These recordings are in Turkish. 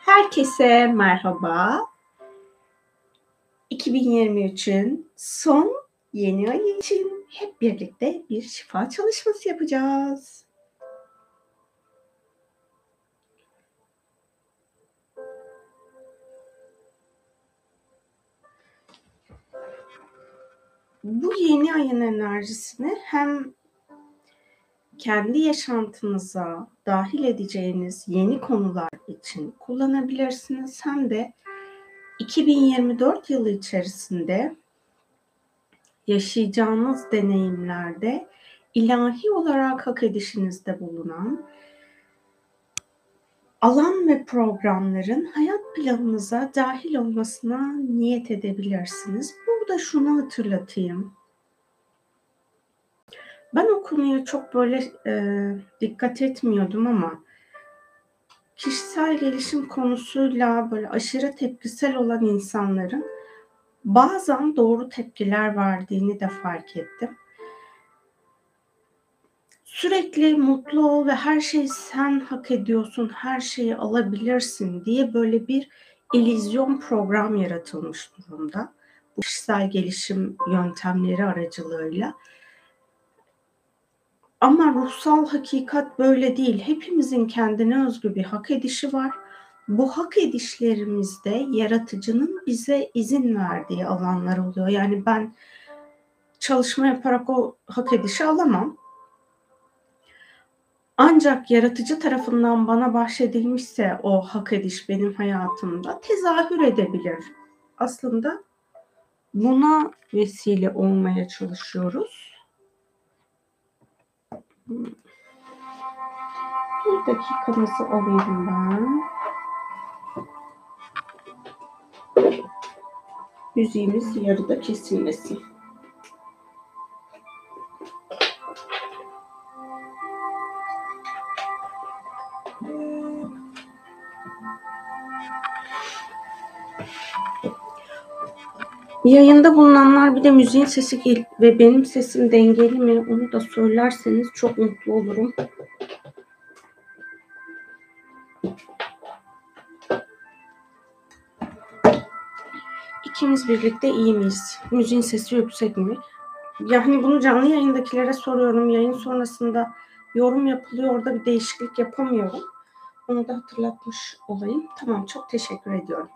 Herkese merhaba. 2023'ün son yeni ayı için hep birlikte bir şifa çalışması yapacağız. Bu yeni ayın enerjisini hem kendi yaşantınıza dahil edeceğiniz yeni konular için kullanabilirsiniz, hem de 2024 yılı içerisinde yaşayacağınız deneyimlerde ilahi olarak hak edişinizde bulunan alan ve programların hayat planınıza dahil olmasına niyet edebilirsiniz. Burada şunu hatırlatayım. Ben o konuya çok böyle dikkat etmiyordum ama kişisel gelişim konusuyla böyle aşırı tepkisel olan insanların bazen doğru tepkiler verdiğini de fark ettim. Sürekli mutlu ol ve her şeyi sen hak ediyorsun, her şeyi alabilirsin diye böyle bir illüzyon program yaratılmış durumda. Bu kişisel gelişim yöntemleri aracılığıyla. Ama ruhsal hakikat böyle değil. Hepimizin kendine özgü bir hak edişi var. Bu hak edişlerimizde yaratıcının bize izin verdiği alanlar oluyor. Yani ben çalışma yaparak o hak edişi alamam. Ancak yaratıcı tarafından bana bahşedilmişse o hak ediş benim hayatımda tezahür edebilir. Aslında buna vesile olmaya çalışıyoruz. Bir dakikanızı alayım ben. Müziğimiz yarıda kesilmesin. Yayında bulunanlar bir de müziğin sesi ve benim sesim dengeli mi onu da söylerseniz çok mutlu olurum. İkimiz birlikte iyi miyiz? Müziğin sesi yüksek mi? Yani bunu canlı yayındakilere soruyorum. Yayın sonrasında yorum yapılıyor. Orada bir değişiklik yapamıyorum. Onu da hatırlatmış olayım. Tamam, çok teşekkür ediyorum.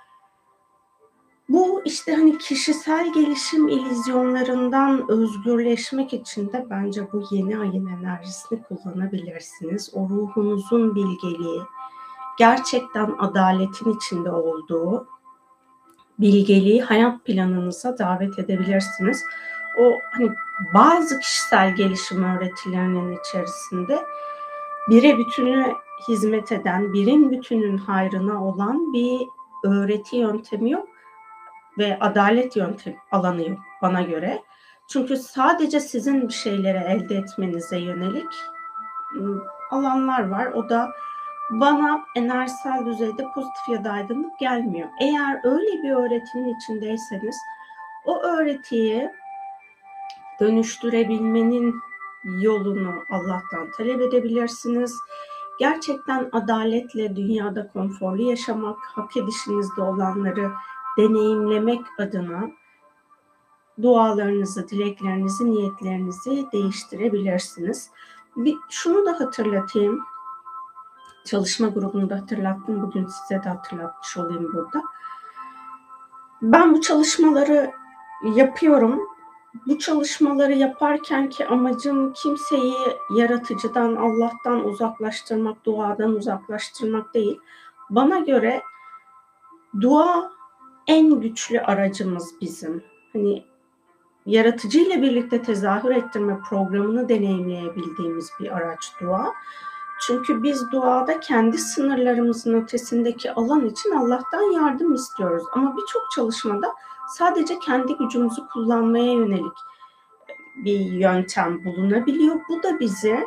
Bu işte hani kişisel gelişim illüzyonlarından özgürleşmek için de bence bu yeni ayın enerjisini kullanabilirsiniz. O ruhunuzun bilgeliği, gerçekten adaletin içinde olduğu bilgeliği hayat planınıza davet edebilirsiniz. O hani bazı kişisel gelişim öğretilerinin içerisinde bire bütününe hizmet eden, birin bütünün hayrına olan bir öğreti yöntemi yok ve adalet yöntemi alanı yok bana göre. Çünkü sadece sizin bir şeyleri elde etmenize yönelik alanlar var. O da bana enerjisel düzeyde pozitif ya da aydınlık gelmiyor. Eğer öyle bir öğretinin içindeyseniz o öğretiyi dönüştürebilmenin yolunu Allah'tan talep edebilirsiniz. Gerçekten adaletle dünyada konforlu yaşamak, hak edişinizde olanları deneyimlemek adına dualarınızı, dileklerinizi, niyetlerinizi değiştirebilirsiniz. Şunu da hatırlatayım. Çalışma grubunda hatırlattım. Bugün size de hatırlatmış olayım burada. Ben bu çalışmaları yapıyorum. Bu çalışmaları yaparken ki amacım kimseyi yaratıcıdan, Allah'tan uzaklaştırmak, duadan uzaklaştırmak değil. Bana göre dua en güçlü aracımız bizim. Hani yaratıcıyla birlikte tezahür ettirme programını deneyimleyebildiğimiz bir araç dua. Çünkü biz duada kendi sınırlarımızın ötesindeki alan için Allah'tan yardım istiyoruz. Ama birçok çalışmada sadece kendi gücümüzü kullanmaya yönelik bir yöntem bulunabiliyor. Bu da bizi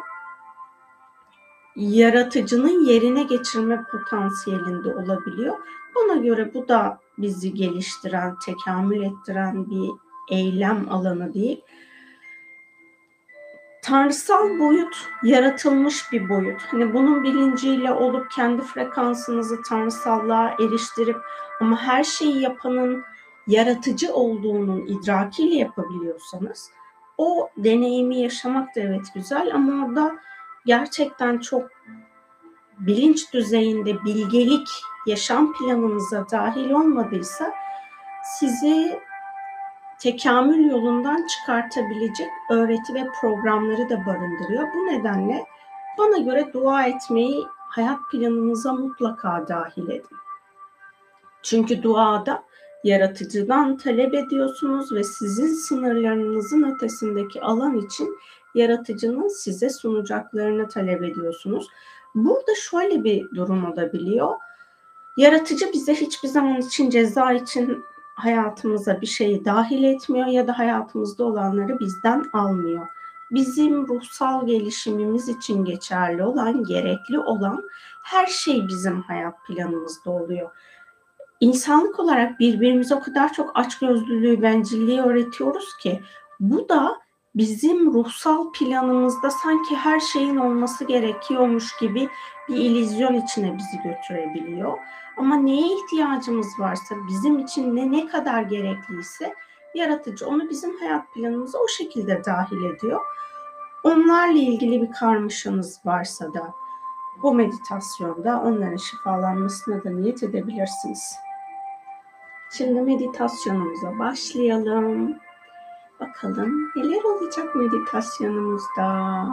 yaratıcının yerine geçirme potansiyelinde olabiliyor. Bana göre bu da bizi geliştiren, tekamül ettiren bir eylem alanı değil. Tanrısal boyut yaratılmış bir boyut. Hani bunun bilinciyle olup kendi frekansınızı tanrısallığa eriştirip ama her şeyi yapanın yaratıcı olduğunun idrakiyle yapabiliyorsanız o deneyimi yaşamak da evet güzel ama orada gerçekten çok bilinç düzeyinde bilgelik yaşam planınıza dahil olmadıysa sizi tekamül yolundan çıkartabilecek öğreti ve programları da barındırıyor. Bu nedenle bana göre dua etmeyi hayat planınıza mutlaka dahil edin. Çünkü duada yaratıcıdan talep ediyorsunuz ve sizin sınırlarınızın ötesindeki alan için yaratıcının size sunacaklarını talep ediyorsunuz. Burada şöyle bir durum olabiliyor. Yaratıcı bize hiçbir zaman için ceza için hayatımıza bir şeyi dahil etmiyor ya da hayatımızda olanları bizden almıyor. Bizim ruhsal gelişimimiz için geçerli olan, gerekli olan her şey bizim hayat planımızda oluyor. İnsanlık olarak birbirimize o kadar çok açgözlülüğü, bencilliği öğretiyoruz ki bu da bizim ruhsal planımızda sanki her şeyin olması gerekiyormuş gibi bir illüzyon içine bizi götürebiliyor. Ama neye ihtiyacımız varsa, bizim için ne kadar gerekliyse yaratıcı onu bizim hayat planımıza o şekilde dahil ediyor. Onlarla ilgili bir karmaşanız varsa da bu meditasyonda onların şifalanmasına da niyet edebilirsiniz. Şimdi meditasyonumuza başlayalım. Bakalım neler olacak meditasyonumuzda.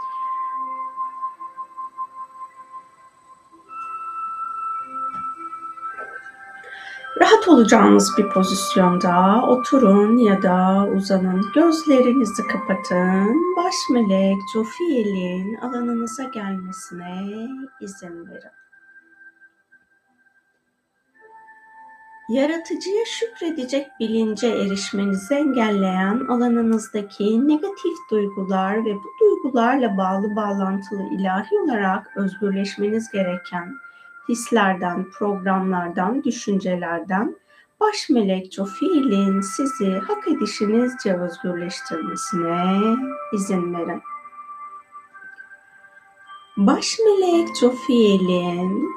Rahat olacağınız bir pozisyonda oturun ya da uzanın. Gözlerinizi kapatın. Baş melek Jofiel'in alanınıza gelmesine izin verin. Yaratıcıya şükredecek bilince erişmenizi engelleyen alanınızdaki negatif duygular ve bu duygularla bağlantılı ilahi olarak özgürleşmeniz gereken hislerden, programlardan, düşüncelerden baş melek Jofiel'in sizi hak edişinizce özgürleştirmesine izin verin. Baş melek Jofiel'in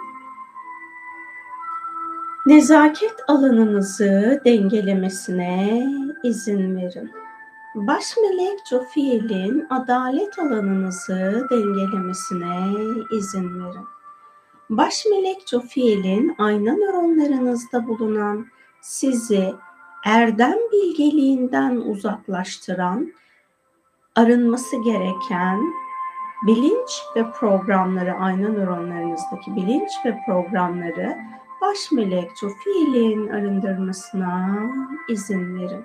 nezaket alanınızı dengelemesine izin verin. Baş melek Jofiel'in adalet alanınızı dengelemesine izin verin. Baş melek Jofiel'in ayna nöronlarınızda bulunan sizi erdem bilgeliğinden uzaklaştıran, arınması gereken bilinç ve programları, ayna nöronlarınızdaki bilinç ve programları baş melek Jofiel'in arındırmasına izin verin.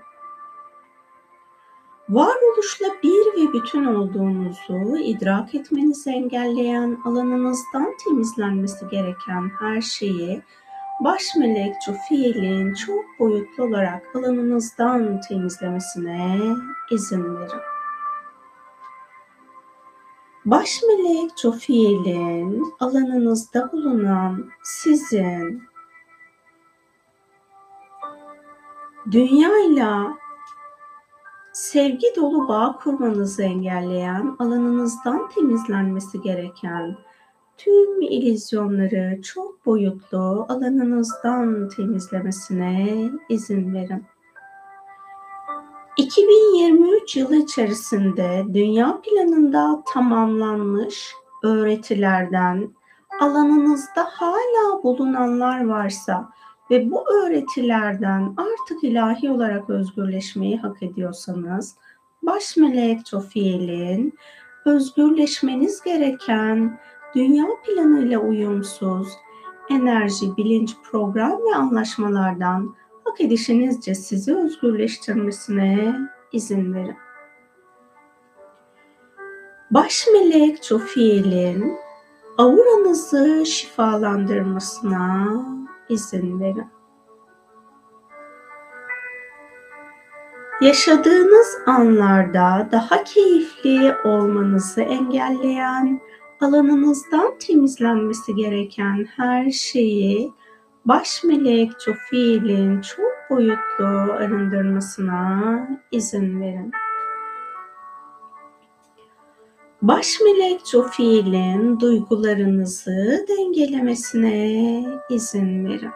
Varoluşla bir ve bütün olduğunuzu idrak etmenizi engelleyen, alanınızdan temizlenmesi gereken her şeyi baş melek Jofiel'in çok boyutlu olarak alanınızdan temizlemesine izin verin. Baş melek Jofiel'in alanınızda bulunan sizin dünyayla sevgi dolu bağ kurmanızı engelleyen, alanınızdan temizlenmesi gereken tüm illüzyonları çok boyutlu alanınızdan temizlemesine izin verin. 2023 yılı içerisinde dünya planında tamamlanmış öğretilerden alanınızda hala bulunanlar varsa ve bu öğretilerden artık ilahi olarak özgürleşmeyi hak ediyorsanız, baş melek Jofiel'in özgürleşmeniz gereken dünya planıyla uyumsuz enerji, bilinç, program ve anlaşmalardan hak edişinizce sizi özgürleştirmesine izin verin. Baş melek Jofiel'in auranızı şifalandırmasına izin verin. Yaşadığınız anlarda daha keyifli olmanızı engelleyen, alanınızdan temizlenmesi gereken her şeyi baş melek Jofiel'in çok boyutlu arındırmasına izin verin. Baş melek Jofiel'in duygularınızı dengelemesine izin verin.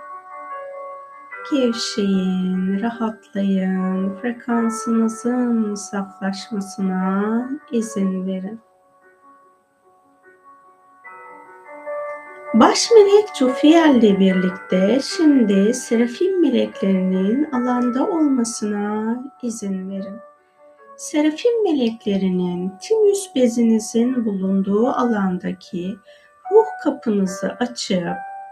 Gevşeyin, rahatlayın, frekansınızın saflaşmasına izin verin. Baş melek Jofiel ile birlikte şimdi serafim meleklerinin alanda olmasına izin verin. Serafim meleklerinin timüs bezinizin bulunduğu alandaki ruh kapınızı açıp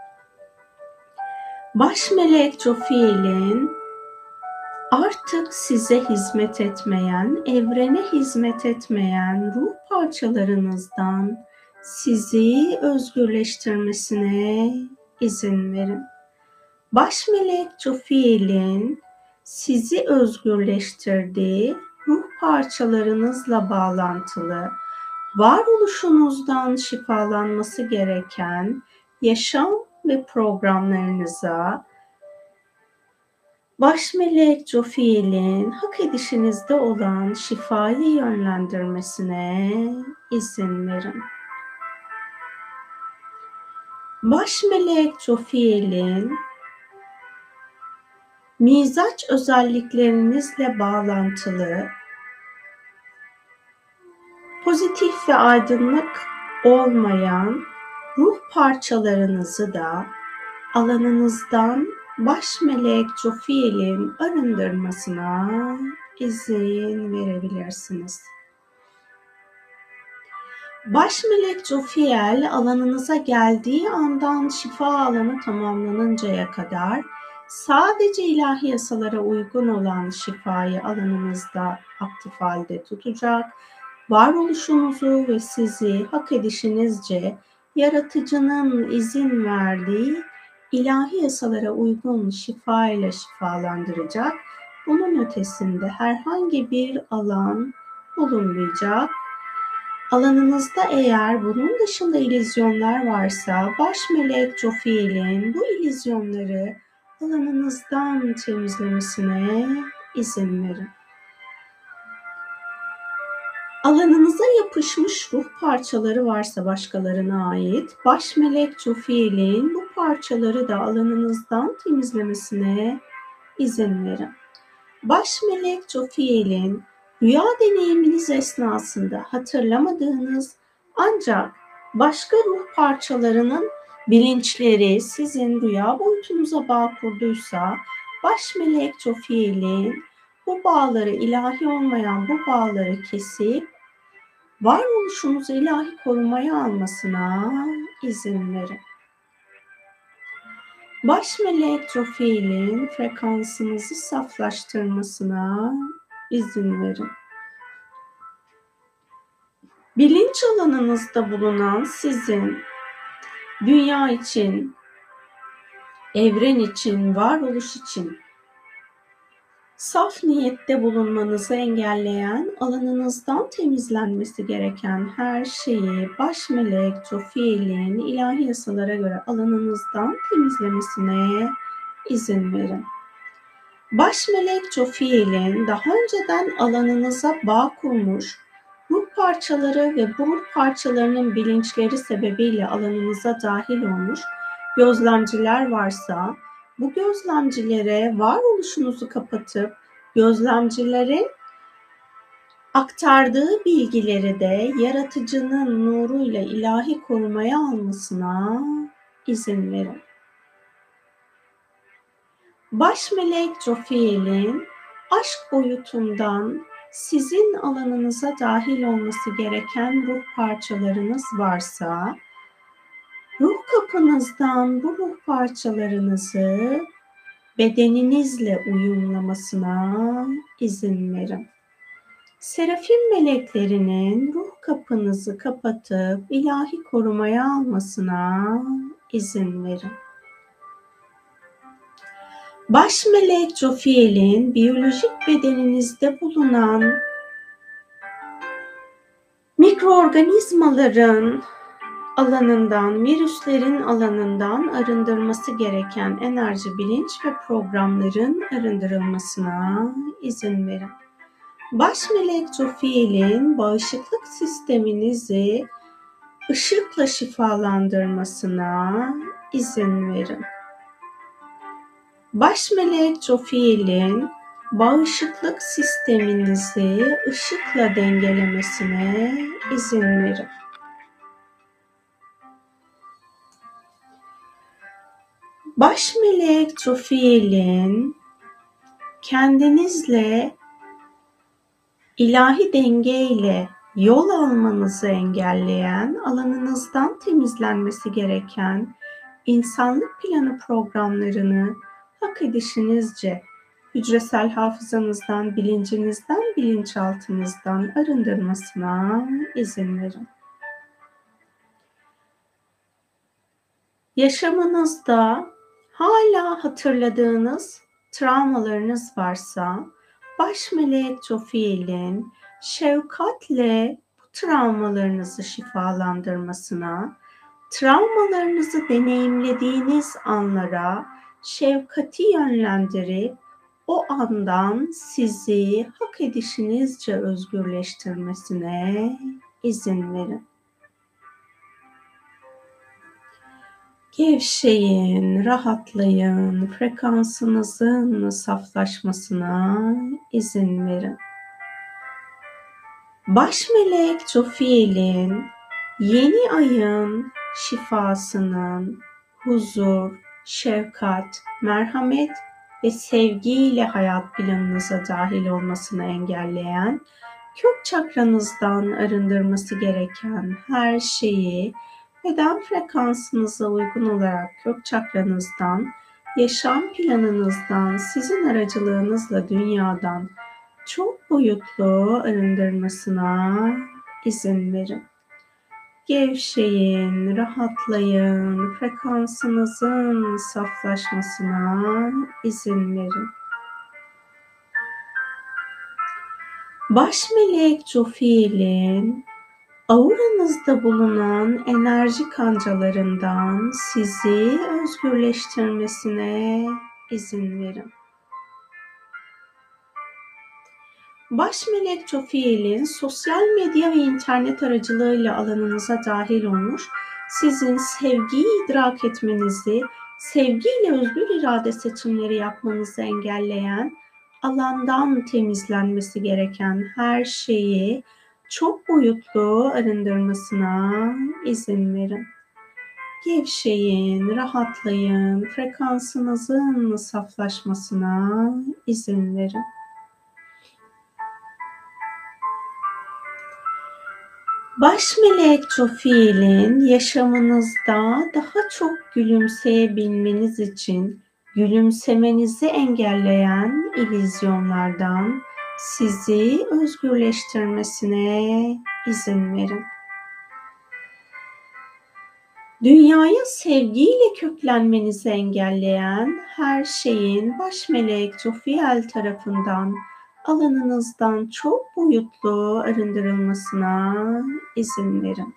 baş melek Jofiel'in artık size hizmet etmeyen, evrene hizmet etmeyen ruh parçalarınızdan sizi özgürleştirmesine izin verin. Baş melek Jofiel'in sizi özgürleştirdiği ruh parçalarınızla bağlantılı, varoluşunuzdan şifalanması gereken yaşam ve programlarınıza baş melek Jofiel'in hak edişinizde olan şifayı yönlendirmesine izin verin. Baş melek Jofiel'in mizaç özelliklerinizle bağlantılı, pozitif ve aydınlık olmayan ruh parçalarınızı da alanınızdan baş melek Jofiel'in arındırmasına izin verebilirsiniz. Baş melek Jofiel alanınıza geldiği andan şifa alanı tamamlanıncaya kadar sadece ilahi yasalara uygun olan şifayı alanınızda aktif halde tutacak, varoluşunuzu ve sizi hak edişinizce yaratıcının izin verdiği ilahi yasalara uygun şifa ile şifalandıracak. Bunun ötesinde herhangi bir alan bulunmayacak. Alanınızda eğer bunun dışında illüzyonlar varsa baş melek Jofiel'in bu illüzyonları alanınızdan temizlemesine izin verin. Alanınıza yapışmış ruh parçaları varsa başkalarına ait, baş melek Jofiel'in bu parçaları da alanınızdan temizlemesine izin verin. Baş melek Jofiel'in rüya deneyiminiz esnasında hatırlamadığınız ancak başka ruh parçalarının bilinçleri sizin rüya boyutunuza bağ kurduysa, baş melek Jofiel'in bu bağları, ilahi olmayan bu bağları kesip varoluşunuzu ilahi korumaya almasına izin verin. Baş melek Jofiel'in frekansınızı saflaştırmasına izin verin. Bilinç alanınızda bulunan sizin dünya için, evren için, varoluş için saf niyette bulunmanızı engelleyen, alanınızdan temizlenmesi gereken her şeyi baş melek Jofiel'in ilahi yasalara göre alanınızdan temizlemesine izin verin. Baş melek Jofiel'in daha önceden alanınıza bağ kurmuş ruh parçaları ve bu ruh parçalarının bilinçleri sebebiyle alanınıza dahil olmuş gözlemciler varsa, bu gözlemcilere varoluşunuzu kapatıp gözlemcilerin aktardığı bilgileri de yaratıcının nuruyla ilahi korumaya almasına izin verin. Baş melek Jofiel'in aşk boyutundan sizin alanınıza dahil olması gereken ruh parçalarınız varsa, ruh kapınızdan bu ruh parçalarınızı bedeninizle uyumlamasına izin verin. Serafim meleklerinin ruh kapınızı kapatıp ilahi korumaya almasına izin verin. Baş melek Jofiel'in biyolojik bedeninizde bulunan mikroorganizmaların alanından, virüslerin alanından arındırması gereken enerji, bilinç ve programların arındırılmasına izin verin. Baş melek Zofiel'in bağışıklık sisteminizi ışıkla şifalandırmasına izin verin. Baş melek Zofiel'in bağışıklık sisteminizi ışıkla dengelemesine izin verin. Baş melek Zofiel'in kendinizle ilahi dengeyle yol almanızı engelleyen, alanınızdan temizlenmesi gereken insanlık planı programlarını hak edişinizce hücresel hafızanızdan, bilincinizden, bilinçaltınızdan arındırmasına izin verin. Yaşamınızda hala hatırladığınız travmalarınız varsa, baş melek Zofiel'in şefkatle bu travmalarınızı şifalandırmasına, travmalarınızı deneyimlediğiniz anlara şefkati yönlendirip o andan sizi hak edişinizce özgürleştirmesine izin verin. Gevşeyin, rahatlayın, frekansınızın saflaşmasına izin verin. Baş melek Zofiel'in yeni ayın şifasının huzur, şefkat, merhamet ve sevgiyle hayat planınıza dahil olmasını engelleyen, kök çakranızdan arındırması gereken her şeyi beden frekansınıza uygun olarak kök çakranızdan, yaşam planınızdan, sizin aracılığınızla dünyadan çok boyutlu arındırmasına izin verin. Gevşeyin, rahatlayın, frekansınızın saflaşmasına izin verin. Baş melek Zofiel'in auranızda bulunan enerji kancalarından sizi özgürleştirmesine izin verin. Baş melek Zofiel'in sosyal medya ve internet aracılığıyla alanınıza dahil olmuş, sizin sevgiyi idrak etmenizi, sevgiyle özgür irade seçimleri yapmanızı engelleyen, alandan temizlenmesi gereken her şeyi çok boyutlu arındırmasına izin verin. Gevşeyin, rahatlayın, frekansınızın saflaşmasına izin verin. Baş melek Zofiel'in yaşamınızda daha çok gülümseyebilmeniz için gülümsemenizi engelleyen illüzyonlardan sizi özgürleştirmesine izin verin. Dünyaya sevgiyle köklenmenizi engelleyen her şeyin baş melek Zofiel tarafından alanınızdan çok boyutlu arındırılmasına izin verin.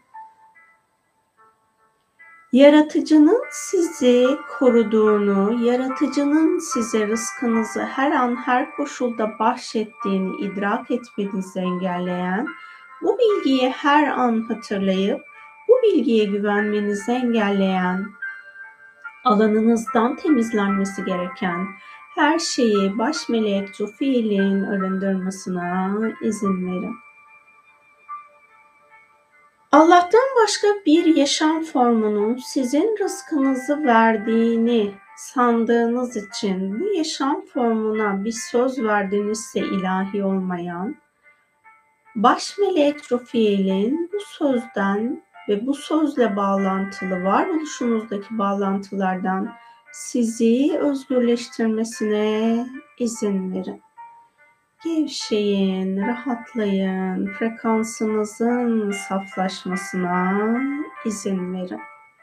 Yaratıcının sizi koruduğunu, yaratıcının size rızkınızı her an her koşulda bahşettiğini idrak etmenizi engelleyen, bu bilgiyi her an hatırlayıp bu bilgiye güvenmenizi engelleyen, alanınızdan temizlenmesi gereken her şeyi baş melek Zofiel'in arındırmasına izin verin. Allah'tan başka bir yaşam formunun sizin rızkınızı verdiğini sandığınız için bu yaşam formuna bir söz verdinizse ilahi olmayan, baş melek Zofiel'in bu sözden ve bu sözle bağlantılı varoluşunuzdaki bağlantılardan sizi özgürleştirmesine izin verin. Gevşeyin, rahatlayın, frekansınızın saflaşmasına izin verin.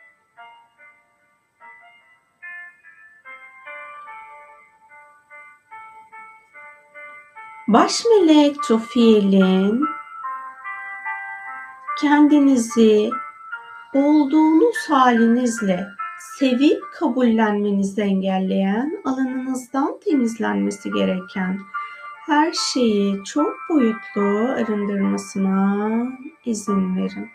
Baş melek Zofiel'in kendinizi olduğunuz halinizle sevip kabullenmenizi engelleyen, alanınızdan temizlenmesi gereken her şeyi çok boyutlu arındırmasına izin verin.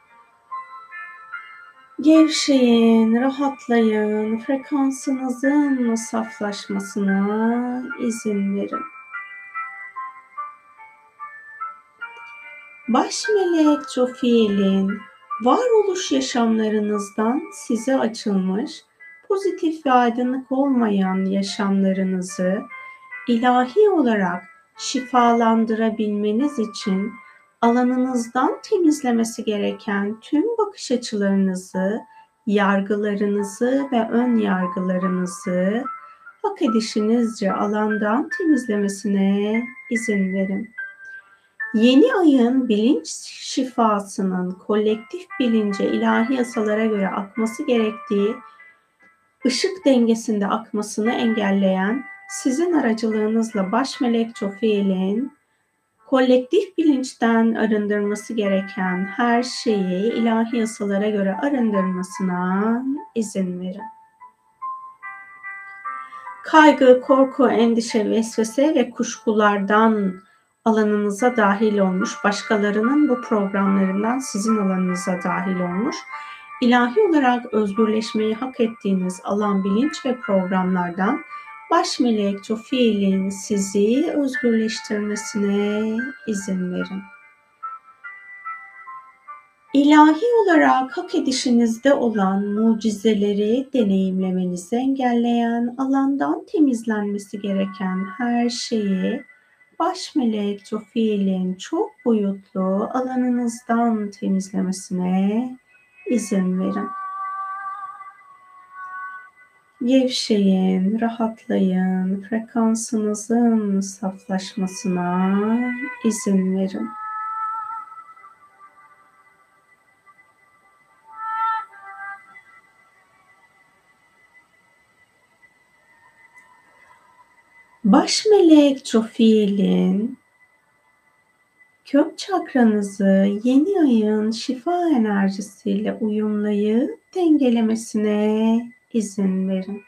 Gevşeyin, rahatlayın, frekansınızın saflaşmasına izin verin. Baş melek Jofiel'in varoluş yaşamlarınızdan size açılmış, pozitif ve aydınlık olmayan yaşamlarınızı ilahi olarak şifalandırabilmeniz için alanınızdan temizlemesi gereken tüm bakış açılarınızı, yargılarınızı ve ön yargılarınızı hak edişinizce alandan temizlemesine izin verin. Yeni ayın bilinç şifasının kolektif bilince ilahi yasalara göre akması gerektiği ışık dengesinde akmasını engelleyen sizin aracılığınızla baş melek Jofiel'in kolektif bilinçten arındırması gereken her şeyi ilahi yasalara göre arındırmasına izin verin. Kaygı, korku, endişe, vesvese ve kuşkulardan alanınıza dahil olmuş, başkalarının bu programlarından sizin alanınıza dahil olmuş, ilahi olarak özgürleşmeyi hak ettiğiniz alan, bilinç ve programlardan baş melek Jofiel'in sizi özgürleştirmesine izin verin. İlahi olarak hak edişinizde olan mucizeleri deneyimlemenizi engelleyen, alandan temizlenmesi gereken her şeyi baş melek Jofiel'in çok boyutlu alanınızdan temizlemesine izin verin. Gevşeyin, rahatlayın, frekansınızın saflaşmasına izin verin. Baş melek Jofiel'in kök çakranızı yeni ayın şifa enerjisiyle uyumlayıp dengelemesine izin verin.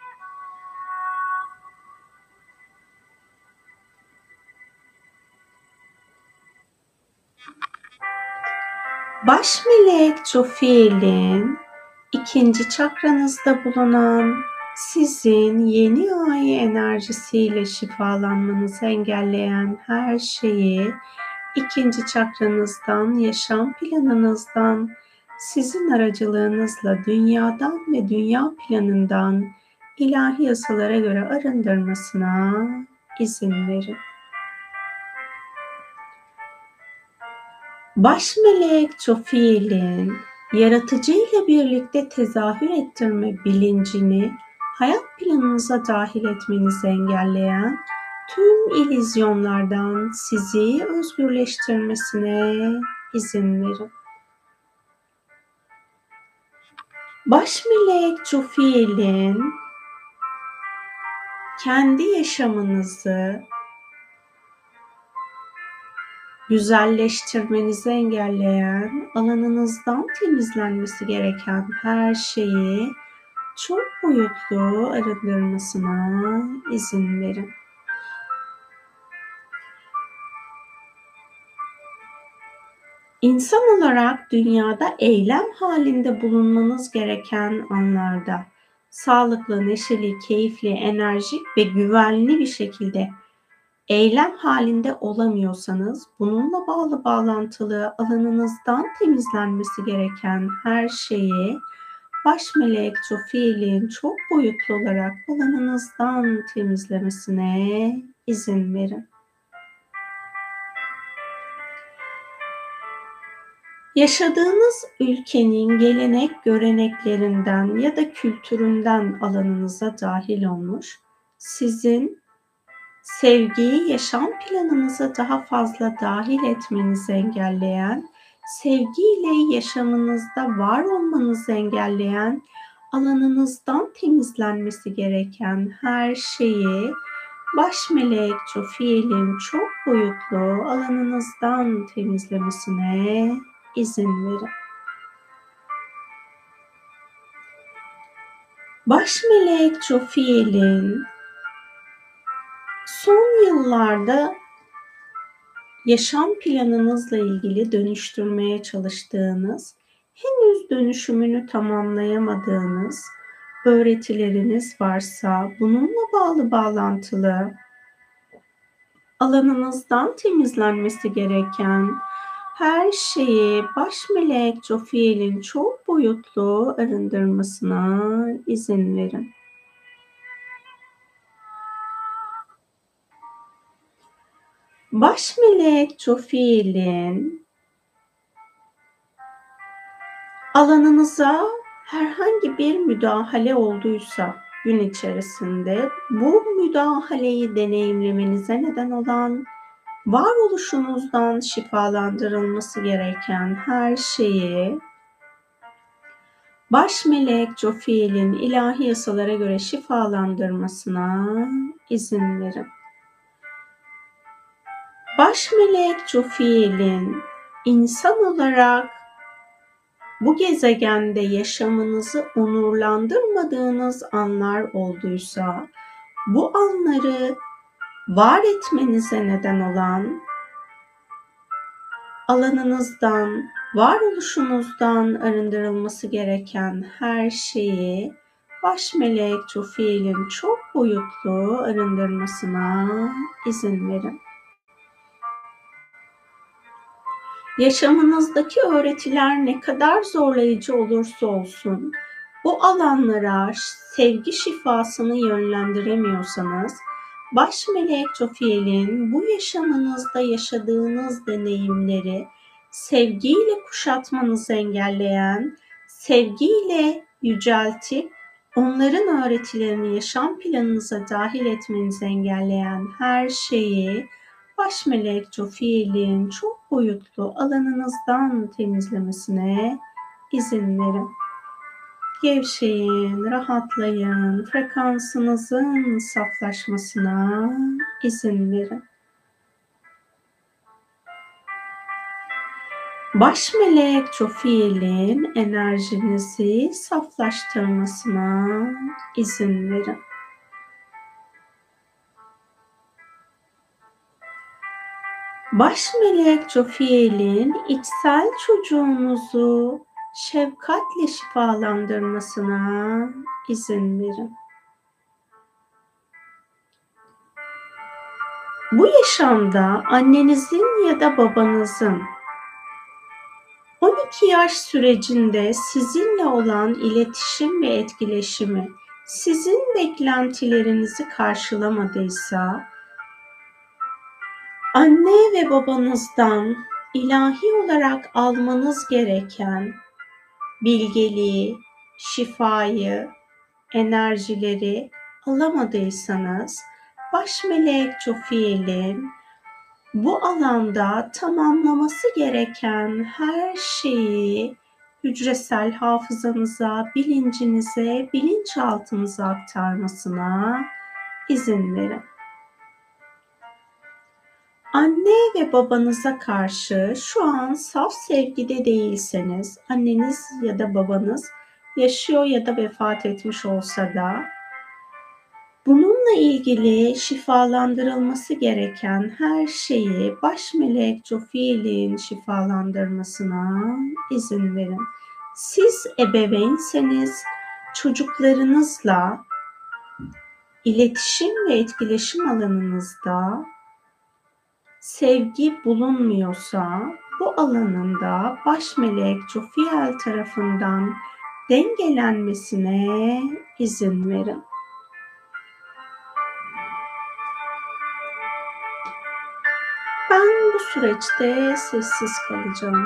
Baş melek Jofiel'in ikinci çakranızda bulunan sizin yeni ay enerjisiyle şifalanmanızı engelleyen her şeyi ikinci çakranızdan, yaşam planınızdan, sizin aracılığınızla dünyadan ve dünya planından ilahi yasalara göre arındırmasına izin verin. Baş melek Jofiel'in yaratıcı ile birlikte tezahür ettirme bilincini hayat planınıza dahil etmenizi engelleyen tüm illüzyonlardan sizi özgürleştirmesine izin verin. Baş melek Jofiel'in kendi yaşamınızı güzelleştirmenizi engelleyen, alanınızdan temizlenmesi gereken her şeyi çok boyutlu arındırmasına izin verin. İnsan olarak dünyada eylem halinde bulunmanız gereken anlarda sağlıklı, neşeli, keyifli, enerjik ve güvenli bir şekilde eylem halinde olamıyorsanız, bununla bağlantılı alanınızdan temizlenmesi gereken her şeyi baş melek Jofiel'in çok boyutlu olarak alanınızdan temizlemesine izin verin. Yaşadığınız ülkenin gelenek göreneklerinden ya da kültüründen alanınıza dahil olmuş, sizin sevgiyi yaşam planınıza daha fazla dahil etmenizi engelleyen, sevgiyle yaşamınızda var olmanızı engelleyen, alanınızdan temizlenmesi gereken her şeyi baş melek Jofiel'in çok boyutlu alanınızdan temizlemesine izin verin. Baş melek Jofiel'in Son yıllarda yaşam planınızla ilgili dönüştürmeye çalıştığınız, henüz dönüşümünü tamamlayamadığınız öğretileriniz varsa, bununla bağlantılı alanınızdan temizlenmesi gereken her şeyi baş melek Jophiel'in çok boyutlu arındırmasına izin verin. Baş melek Jophiel'in alanınıza herhangi bir müdahale olduysa gün içerisinde, bu müdahaleyi deneyimlemenize neden olan, varoluşunuzdan şifalandırılması gereken her şeyi baş melek Jophiel'in ilahi yasalara göre şifalandırmasına izin verin. Baş melek Jophiel'in insan olarak bu gezegende yaşamınızı onurlandırmadığınız anlar olduysa, bu anları var etmenize neden olan, alanınızdan, varoluşunuzdan arındırılması gereken her şeyi baş melek Jophiel'in çok boyutlu arındırmasına izin verin. Yaşamınızdaki öğretiler ne kadar zorlayıcı olursa olsun, bu alanlara sevgi şifasını yönlendiremiyorsanız, baş melek Jophiel'in bu yaşamınızda yaşadığınız deneyimleri sevgiyle kuşatmanızı engelleyen, sevgiyle yüceltip onların öğretilerini yaşam planınıza dahil etmenizi engelleyen her şeyi baş melek Jophiel'in çok boyutlu alanınızdan temizlemesine izin verin. Gevşeyin, rahatlayın, frekansınızın saflaşmasına izin verin. Baş melek Jophiel'in enerjinizi saflaştırmasına izin verin. Baş melek Jophiel'in içsel çocuğunuzu şefkatle şifalandırmasına izin verin. Bu yaşamda annenizin ya da babanızın 12 yaş sürecinde sizinle olan iletişim ve etkileşimi sizin beklentilerinizi karşılamadıysa, anne ve babanızdan ilahi olarak almanız gereken bilgeliği, şifayı, enerjileri alamadıysanız, baş melek Jophiel'in bu alanda tamamlaması gereken her şeyi hücresel hafızanıza, bilincinize, bilinçaltınıza aktarmasına izin verin. Anne ve babanıza karşı şu an saf sevgide değilseniz, anneniz ya da babanız yaşıyor ya da vefat etmiş olsa da, bununla ilgili şifalandırılması gereken her şeyi baş melek Jophiel'in şifalandırmasına izin verin. Siz ebeveynseniz, çocuklarınızla iletişim ve etkileşim alanınızda sevgi bulunmuyorsa, bu alanında baş melek Jophiel tarafından dengelenmesine izin verin. Ben bu süreçte sessiz kalacağım.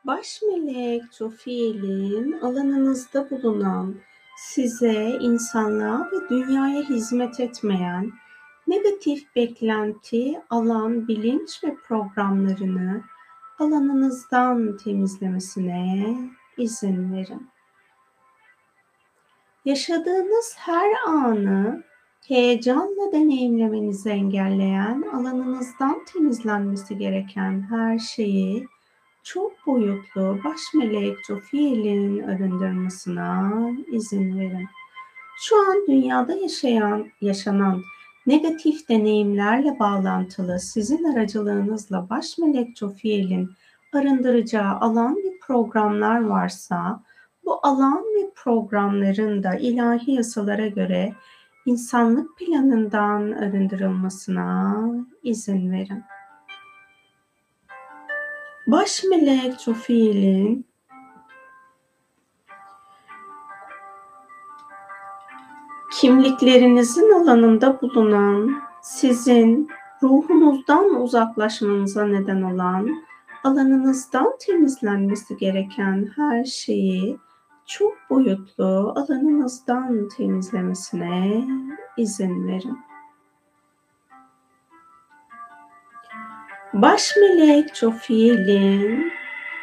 Baş melek Jofiel'in alanınızda bulunan, size, insanlığa ve dünyaya hizmet etmeyen negatif beklenti, alan, bilinç ve programlarını alanınızdan temizlemesine izin verin. Yaşadığınız her anı heyecanla deneyimlemenizi engelleyen, alanınızdan temizlenmesi gereken her şeyi çok boyutlu baş melek Jofiel'in arındırmasına izin verin. Şu an dünyada yaşanan negatif deneyimlerle bağlantılı sizin aracılığınızla baş melek Jofiel'in arındıracağı alan ve programlar varsa, bu alan ve programların da ilahi yasalara göre insanlık planından arındırılmasına izin verin. Baş melek Jofiel'in kimliklerinizin alanında bulunan, sizin ruhunuzdan uzaklaşmanıza neden olan, alanınızdan temizlenmesi gereken her şeyi çok boyutlu alanınızdan temizlemesine izin verin. Baş melek Jofiel'in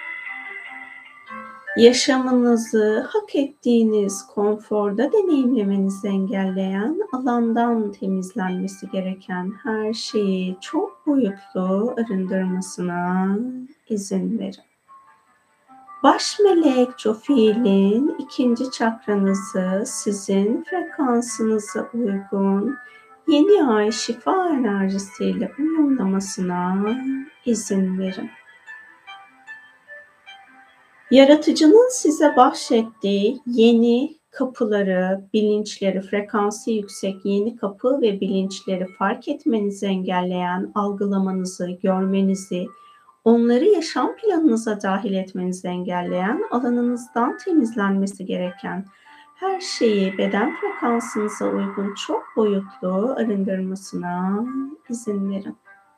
yaşamınızı hak ettiğiniz konforda deneyimlemenizi engelleyen, alandan temizlenmesi gereken her şeyi çok boyutlu arındırmasına izin verin. Baş melek Jofiel'in ikinci çakranızı sizin frekansınıza uygun yeni ay şifa enerjisiyle uyumlamasına izin verin. Yaratıcının size bahşettiği yeni kapıları, bilinçleri, frekansı yüksek yeni kapı ve bilinçleri fark etmenizi engelleyen, algılamanızı, görmenizi, onları yaşam planınıza dahil etmenizi engelleyen, alanınızdan temizlenmesi gereken her şeyi beden frekansınıza uygun çok boyutlu arındırmasına izin verin.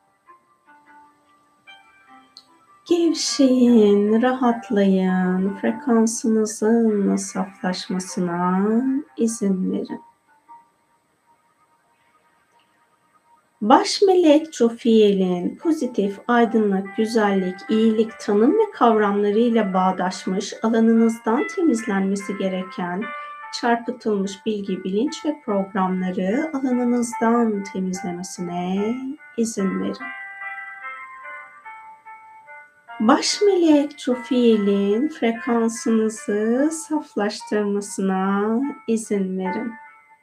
Gevşeyin, rahatlayın, frekansınızın saflaşmasına izin verin. Baş melek Jofiel'in pozitif, aydınlık, güzellik, iyilik, tanım ve kavramlarıyla bağdaşmış, alanınızdan temizlenmesi gereken çarpıtılmış bilgi, bilinç ve programları alanınızdan temizlemesine izin verin. Baş melek Jofiel'in frekansınızı saflaştırmasına izin verin.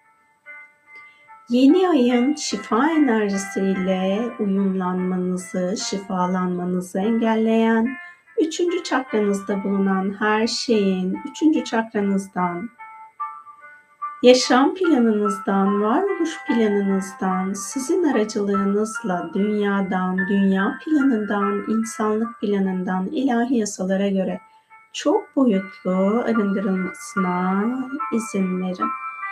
Yeni ayın şifa enerjisiyle uyumlanmanızı, şifalanmanızı engelleyen, 3. çakranızda bulunan her şeyin 3. çakranızdan, yaşam planınızdan, varoluş planınızdan, sizin aracılığınızla dünyadan, dünya planından, insanlık planından, ilahi yasalara göre çok boyutlu arındırılmasına izin verin.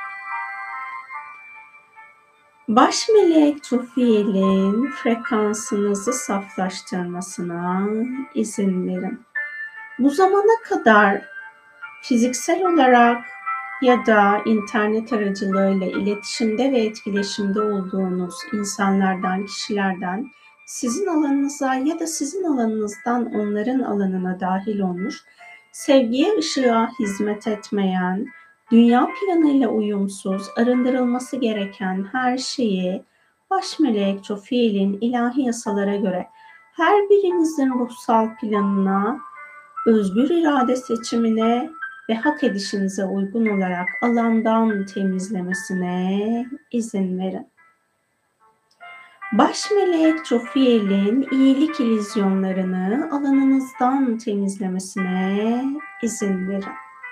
Baş melek Jofiel'in frekansınızı saflaştırmasına izin verin. Bu zamana kadar fiziksel olarak ya da internet aracılığıyla iletişimde ve etkileşimde olduğunuz insanlardan, kişilerden sizin alanınıza ya da sizin alanınızdan onların alanına dahil olmuş, sevgiye, ışığa hizmet etmeyen, dünya planıyla uyumsuz, arındırılması gereken her şeyi baş melek Jofiel'in ilahi yasalara göre her birinizin ruhsal planına, özgür irade seçimine ve hak edişinize uygun olarak alandan temizlemesine izin verin. Baş melek Jofiel'in iyilik illüzyonlarını alanınızdan temizlemesine izin verin.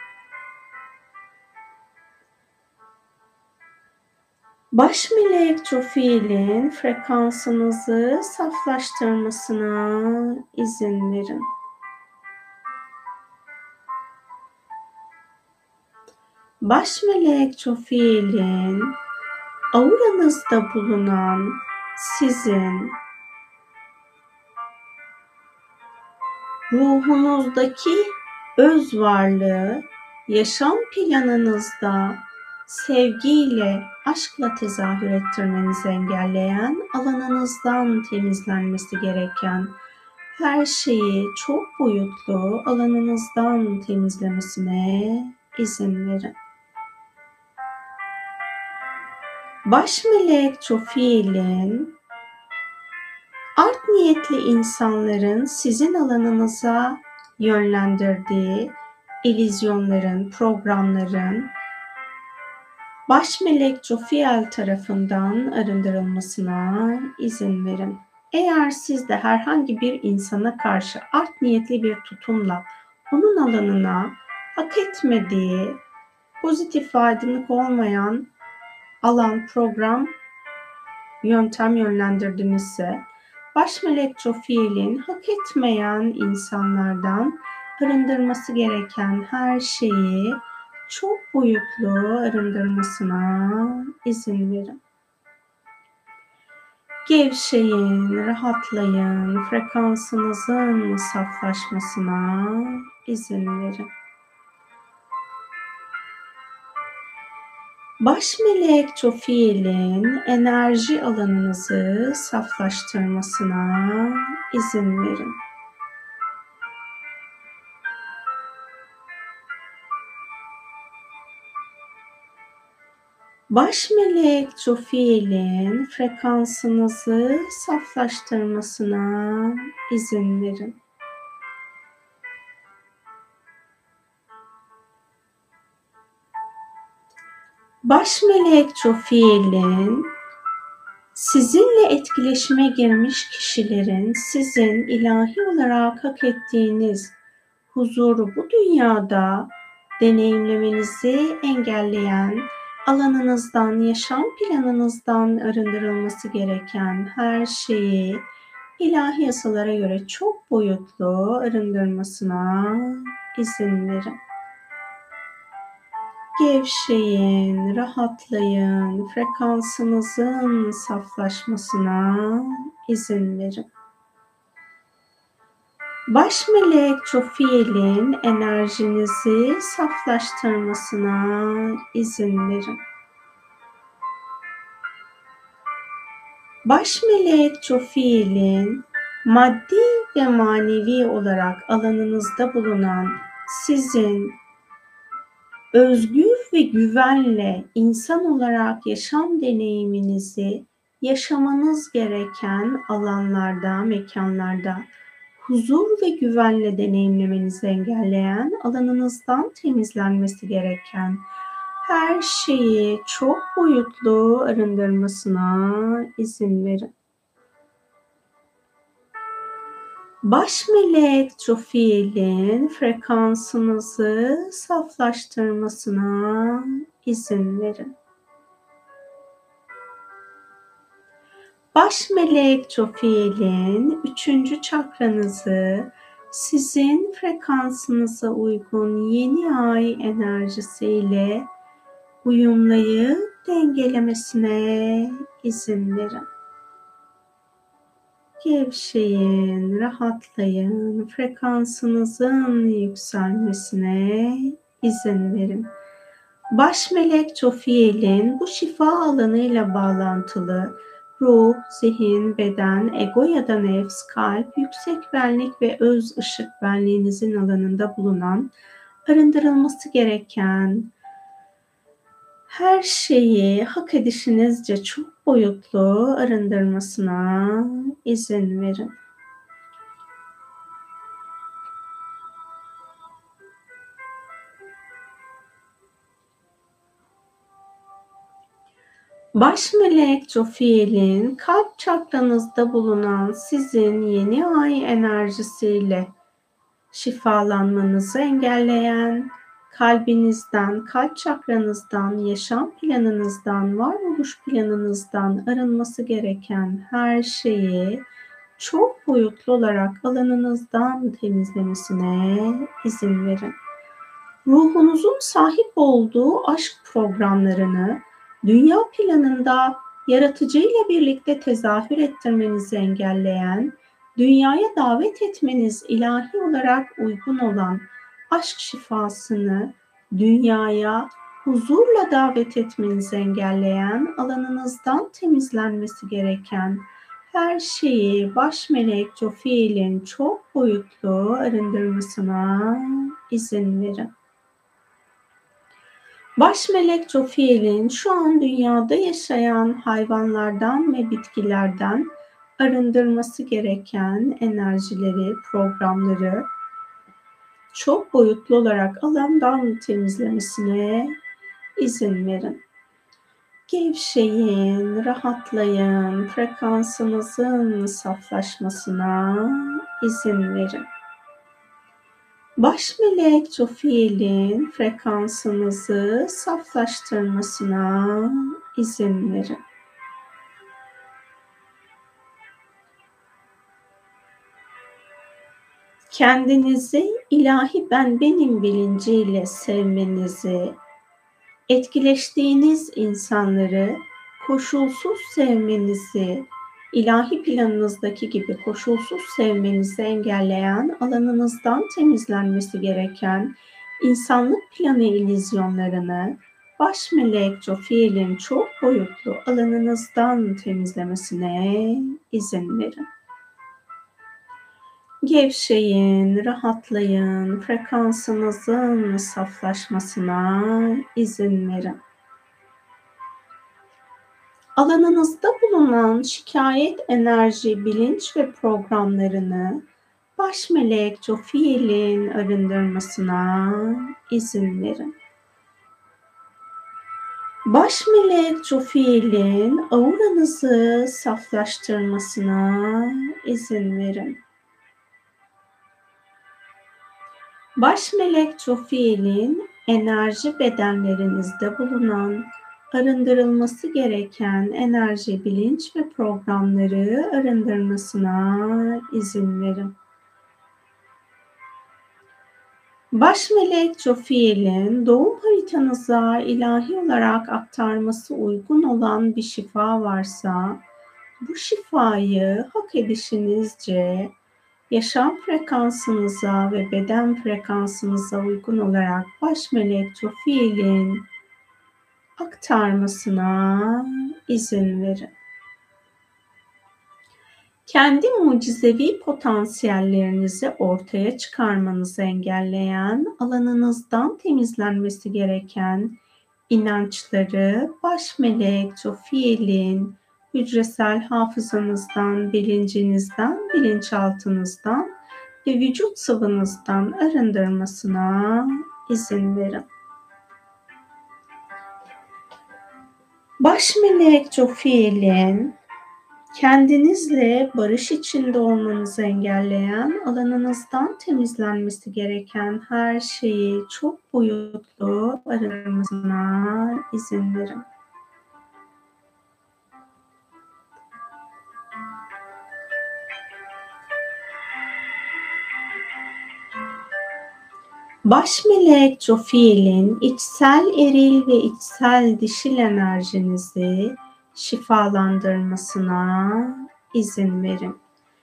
Baş melek Jofiel'in frekansınızı saflaştırmasına izin verin. Baş melek Jofiel'in auranızda bulunan sizin ruhunuzdaki öz varlığı yaşam planınızda sevgiyle, aşkla tezahür ettirmenizi engelleyen, alanınızdan temizlenmesi gereken her şeyi çok boyutlu alanınızdan temizlemesine izin verin. Baş melek Çofiel'in art niyetli insanların sizin alanınıza yönlendirdiği illüzyonların, programların Baş melek Çofiel tarafından arındırılmasına izin verin. Eğer siz de herhangi bir insana karşı art niyetli bir tutumla onun alanına hak etmediği, pozitif ve aydınlık olmayan alan, program, yöntem yönlendirdinizse, baş melek Çofiel'in hak etmeyen insanlardan arındırması gereken her şeyi çok boyutlu arındırmasına izin verin. Gevşeyin, rahatlayın, frekansınızın saflaşmasına izin verin. Baş melek Çofiel'in enerji alanınızı saflaştırmasına izin verin. Baş melek Çofiel'in frekansınızı saflaştırmasına izin verin. Baş melek Çofiel'in sizinle etkileşime girmiş kişilerin sizin ilahi olarak hak ettiğiniz huzuru bu dünyada deneyimlemenizi engelleyen, alanınızdan, yaşam planınızdan arındırılması gereken her şeyi ilahi yasalara göre çok boyutlu arındırmasına izin verin. Gevşeyin, rahatlayın, frekansınızın saflaşmasına izin verin. Baş melek Çofiel'in enerjinizi saflaştırmasına izin verin. Baş melek Çofiel'in maddi ve manevi olarak alanınızda bulunan sizin özgür ve güvenle insan olarak yaşam deneyiminizi yaşamanız gereken alanlarda, mekanlarda huzur ve güvenle deneyimlemenizi engelleyen, alanınızdan temizlenmesi gereken her şeyi çok boyutlu arındırmasına izin verin. Baş melek Çofiel'in frekansınızı saflaştırmasına izin verin. Baş melek Çofiel'in 3. çakranızı sizin frekansınıza uygun yeni ay enerjisiyle uyumlayıp dengelemesine izin verin. Gevşeyin, rahatlayın, frekansınızın yükselmesine izin verin. Baş melek Çofiel'in bu şifa alanıyla bağlantılı ruh, zihin, beden, ego ya da nefs, kalp, yüksek benlik ve öz ışık benliğinizin alanında bulunan, arındırılması gereken her şeyi hak edişinizce çok boyutlu arındırmasına izin verin. Baş melek Çofiel'in kalp çakranızda bulunan sizin yeni ay enerjisiyle şifalanmanızı engelleyen, kalbinizden, kalp çakranızdan, yaşam planınızdan, varoluş planınızdan arınması gereken her şeyi çok boyutlu olarak alanınızdan temizlemesine izin verin. Ruhunuzun sahip olduğu aşk programlarını dünya planında yaratıcıyla birlikte tezahür ettirmenizi engelleyen, dünyaya davet etmeniz ilahi olarak uygun olan aşk şifasını dünyaya huzurla davet etmenizi engelleyen, alanınızdan temizlenmesi gereken her şeyi baş melek Jofiel'in çok boyutlu arındırmasına izin verin. Baş melek Jofiel'in şu an dünyada yaşayan hayvanlardan ve bitkilerden arındırması gereken enerjileri, programları çok boyutlu olarak alandan temizlemesine izin verin. Gevşeyin, rahatlayın, frekansınızın saflaşmasına izin verin. Baş melek Jofiel'in frekansınızı saflaştırmasına izin verin. Kendinizi ilahi ben benim bilinciyle sevmenizi, etkileştiğiniz insanları koşulsuz sevmenizi, ilahi planınızdaki gibi koşulsuz sevmenizi engelleyen, alanınızdan temizlenmesi gereken insanlık planı illüzyonlarını baş melek Jofiel'in çok boyutlu alanınızdan temizlemesine izin verin. Gevşeyin, rahatlayın, frekansınızın saflaşmasına izin verin. Alanınızda bulunan şikayet enerji, bilinç ve programlarını baş melek Jofiel'in arındırmasına izin verin. Baş melek Jofiel'in auranızı saflaştırmasına izin verin. Baş melek Jofiel'in enerji bedenlerinizde bulunan arındırılması gereken enerji, bilinç ve programları arındırmasına izin verin. Baş melek Jofiel'in doğum haritanıza ilahi olarak aktarması uygun olan bir şifa varsa, bu şifayı hak edişinizce yaşam frekansınıza ve beden frekansınıza uygun olarak baş melek Jofiel'in aktarmasına izin verin. Kendi mucizevi potansiyellerinizi ortaya çıkarmanızı engelleyen, alanınızdan temizlenmesi gereken inançları baş melek Jofiel'in hücresel hafızanızdan, bilincinizden, bilinçaltınızdan ve vücut sıvınızdan arındırmasına izin verin. Baş melek Jofiel'in kendinizle barış içinde olmanızı engelleyen, alanınızdan temizlenmesi gereken her şeyi çok boyutlu arındırmasına izin verin. Baş melek Jofiel'in içsel eril ve içsel dişil enerjinizi şifalandırmasına izin verin.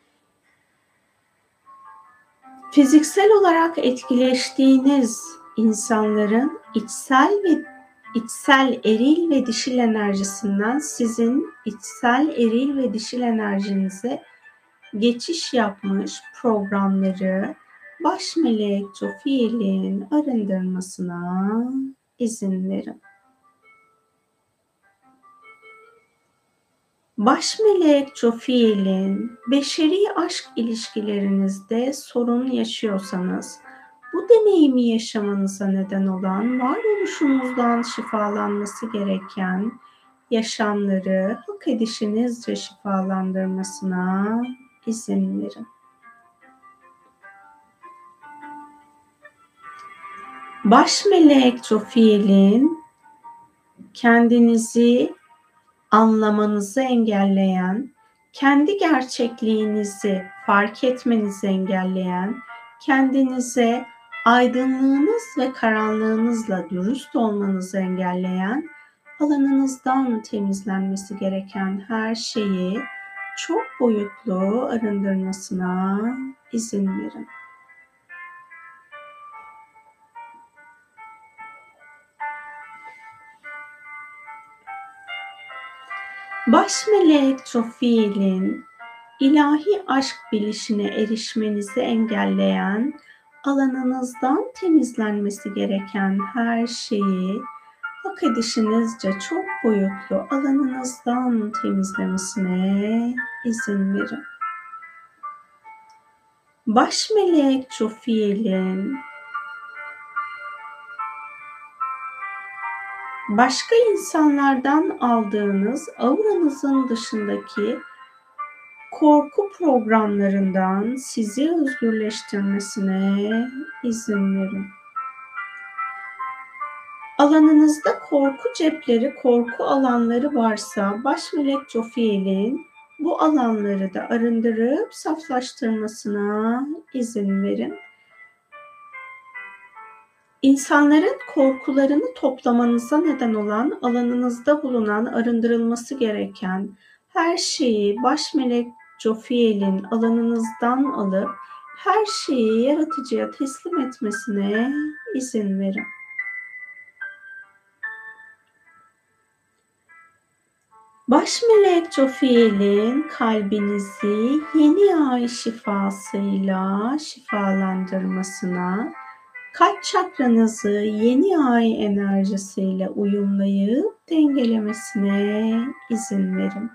Fiziksel olarak etkileştiğiniz insanların içsel eril ve dişil enerjisinden sizin içsel eril ve dişil enerjinize geçiş yapmış programları baş melek Jofiel'in arındırmasına izin verin. Baş melek Jofiel'in beşeri aşk ilişkilerinizde sorun yaşıyorsanız, bu deneyimi yaşamanıza neden olan, varoluşunuzdan şifalanması gereken yaşamları hak edişinizce şifalandırmasına izin verin. Baş melek Jofiel'in kendinizi anlamanızı engelleyen, kendi gerçekliğinizi fark etmenizi engelleyen, kendinize aydınlığınız ve karanlığınızla dürüst olmanızı engelleyen, alanınızdan temizlenmesi gereken her şeyi çok boyutlu arındırmasına izin verin. Baş melek Jofiel'in ilahi aşk bilişine erişmenizi engelleyen, alanınızdan temizlenmesi gereken her şeyi hak edişinizce çok boyutlu alanınızdan temizlemesine izin verin. Baş melek Jofiel'in başka insanlardan aldığınız auranızın dışındaki korku programlarından sizi özgürleştirmesine izin verin. Alanınızda korku cepleri, korku alanları varsa baş melek Jofiel'in bu alanları da arındırıp saflaştırmasına izin verin. İnsanların korkularını toplamanıza neden olan, alanınızda bulunan, arındırılması gereken her şeyi baş melek Jofiel'in alanınızdan alıp her şeyi yaratıcıya teslim etmesine izin verin. Baş melek Jofiel'in kalbinizi yeni ay şifasıyla şifalandırmasına, kalp çakranızı yeni ay enerjisiyle uyumlayıp dengelemesine izin verin.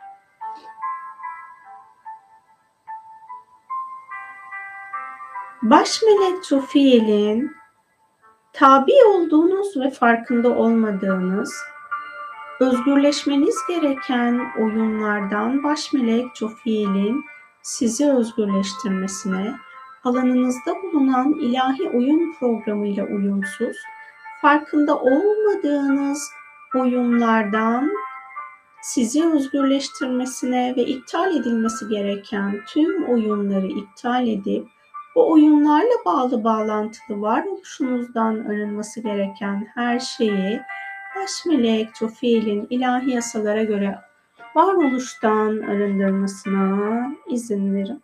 Baş melek Jofiel'in tabi olduğunuz ve farkında olmadığınız, özgürleşmeniz gereken oyunlardan baş melek Jofiel'in sizi özgürleştirmesine, alanınızda bulunan ilahi oyun programıyla uyumsuz, farkında olmadığınız oyunlardan sizi özgürleştirmesine ve iptal edilmesi gereken tüm oyunları iptal edip bu oyunlarla bağlantılı varoluşunuzdan arınması gereken her şeyi baş melek Jofiel'in ilahi yasalara göre varoluştan arındırmasına izin verin.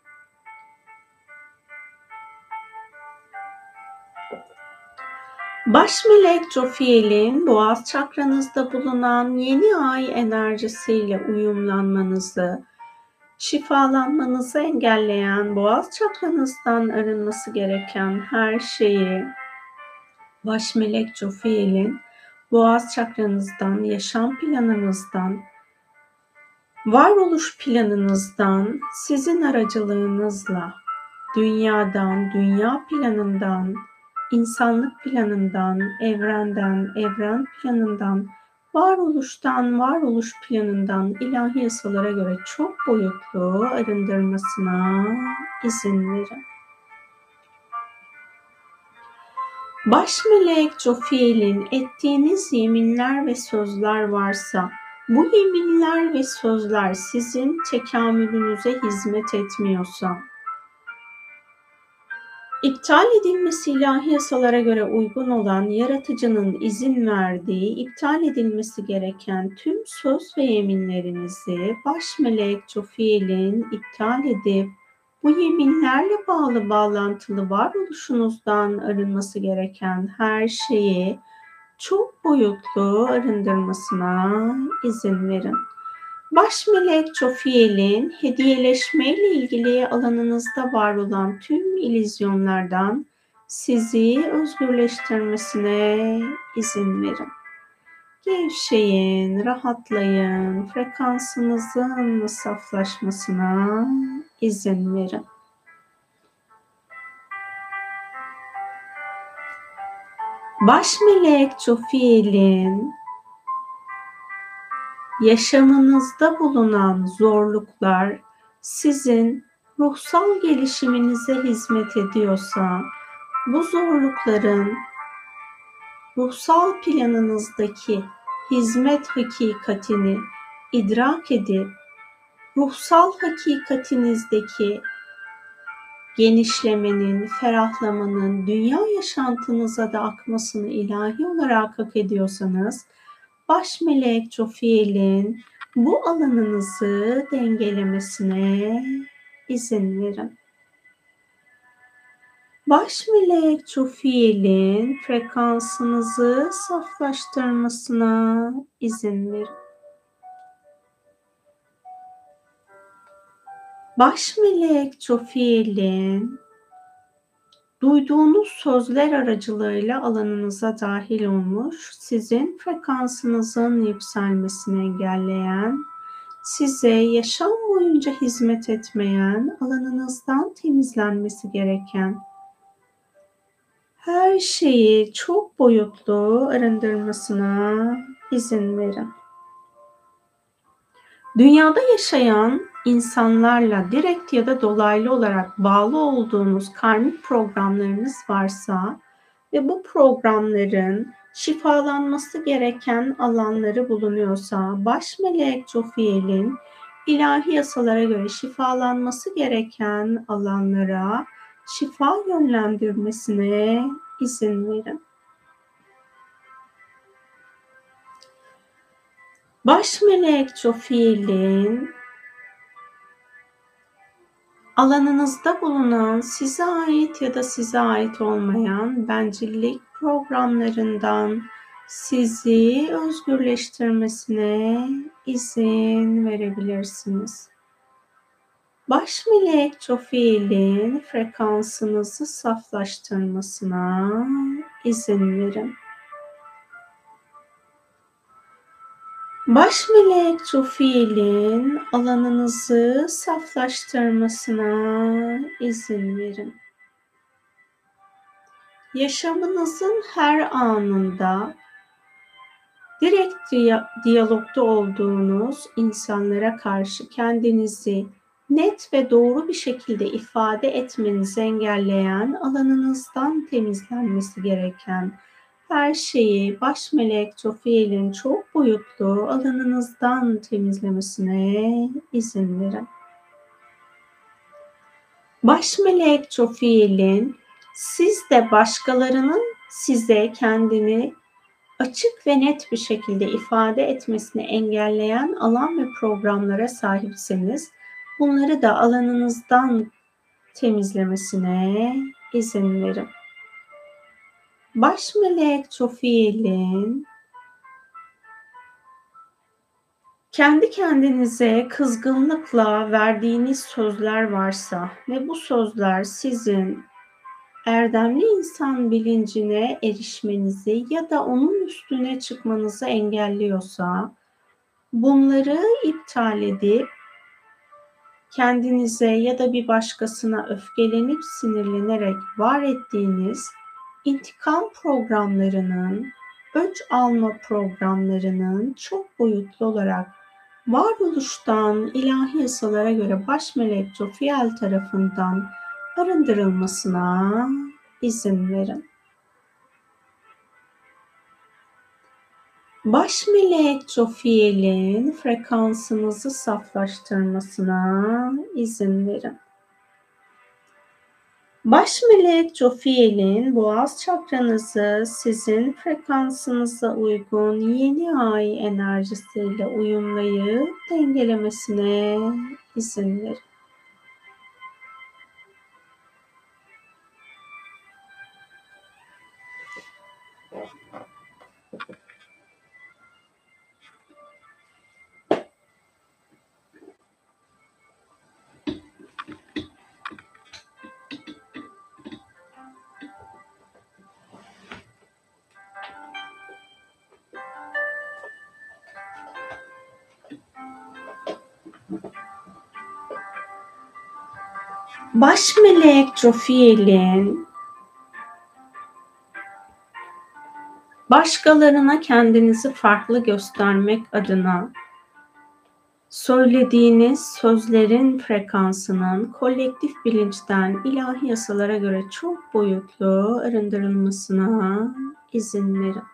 Baş melek Jofiel'in boğaz çakranızda bulunan yeni ay enerjisiyle uyumlanmanızı, şifalanmanızı engelleyen, boğaz çakranızdan arınması gereken her şeyi baş melek Jofiel'in boğaz çakranızdan, yaşam planınızdan, varoluş planınızdan, sizin aracılığınızla dünyadan, dünya planından, insanlık planından, evrenden, evren planından, varoluştan, varoluş planından ilahi yasalara göre çok boyutlu arındırmasına izin verin. Baş melek Jofiel'in ettiğiniz yeminler ve sözler varsa, bu yeminler ve sözler sizin tekamülünüze hizmet etmiyorsa, iptal edilmesi ilahi yasalara göre uygun olan yaratıcının izin verdiği, iptal edilmesi gereken tüm söz ve yeminlerinizi baş melek Jofiel'in iptal edip bu yeminlerle bağlantılı varoluşunuzdan arınması gereken her şeyi çok boyutlu arındırmasına izin verin. Baş melek Jofiel'in hediyeleşmeyle ilgili alanınızda var olan tüm illüzyonlardan sizi özgürleştirmesine izin verin. Gevşeyin, rahatlayın, frekansınızın saflaşmasına izin verin. Baş melek Jofiel'in yaşamınızda bulunan zorluklar sizin ruhsal gelişiminize hizmet ediyorsa, bu zorlukların ruhsal planınızdaki hizmet hakikatini idrak edip, ruhsal hakikatinizdeki genişlemenin, ferahlamanın dünya yaşantınıza da akmasını ilahi olarak hak ediyorsanız, baş melek Jofiel'in Bu alanınızı dengelemesine izin verin. Baş melek Jofiel'in frekansınızı saflaştırmasına izin verin. Baş melek Jofiel'in duyduğunuz sözler aracılığıyla alanınıza dahil olmuş, sizin frekansınızın yükselmesini engelleyen, size yaşam boyunca hizmet etmeyen, alanınızdan temizlenmesi gereken her şeyi çok boyutlu arındırmasına izin verin. Dünyada yaşayan insanlarla direkt ya da dolaylı olarak bağlı olduğunuz karmik programlarınız varsa ve bu programların şifalanması gereken alanları bulunuyorsa, baş melek Jofiel'in ilahi yasalara göre şifalanması gereken alanlara şifa yönlendirmesine izin verin. Baş melek Jofiel'in alanınızda bulunan size ait ya da size ait olmayan bencillik programlarından sizi özgürleştirmesine izin verebilirsiniz. Baş melek Jofiel'in frekansınızı saflaştırmasına izin verin. Baş melek Jofiel'in alanınızı saflaştırmasına izin verin. Yaşamınızın her anında direkt diyalogda olduğunuz insanlara karşı kendinizi net ve doğru bir şekilde ifade etmenizi engelleyen, alanınızdan temizlenmesi gereken her şeyi baş melek Jofiel'in çok boyutlu alanınızdan temizlemesine izin verin. Baş melek Jofiel'in siz de başkalarının size kendini açık ve net bir şekilde ifade etmesini engelleyen alan ve programlara sahipseniz, bunları da alanınızdan temizlemesine izin verin. Baş melek Jofiel'in kendi kendinize kızgınlıkla verdiğiniz sözler varsa ve bu sözler sizin erdemli insan bilincine erişmenizi ya da onun üstüne çıkmanızı engelliyorsa, bunları iptal edip kendinize ya da bir başkasına öfkelenip sinirlenerek var ettiğiniz intikam programlarının, öç alma programlarının çok boyutlu olarak varoluştan ilahi yasalara göre baş melek Jofiel tarafından arındırılmasına izin verin. Baş melek Jofiel'in frekansınızı saflaştırmasına izin verin. Baş melek Jofiel'in boğaz çakranızı sizin frekansınıza uygun yeni ay enerjisiyle uyumlayıp dengelemesine izin verin. Baş melek Jofiel'in başkalarına kendinizi farklı göstermek adına söylediğiniz sözlerin frekansının kolektif bilinçten ilahi yasalara göre çok boyutlu arındırılmasına izin verin.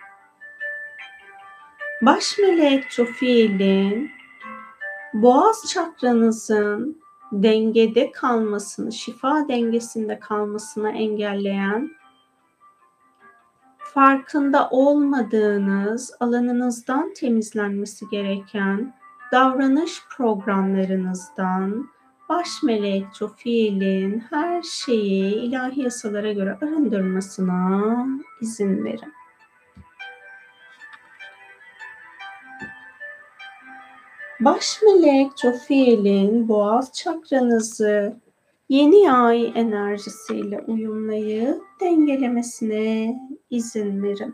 Baş melek Jofiel'in boğaz çakranızın dengede kalmasını, şifa dengesinde kalmasını engelleyen, farkında olmadığınız, alanınızdan temizlenmesi gereken davranış programlarınızdan baş melek Jofiel'in her şeyi ilahi yasalara göre arındırmasına izin verin. Baş melek Jofiel'in boğaz çakranızı yeni ay enerjisiyle uyumlayıp dengelemesine izin verin.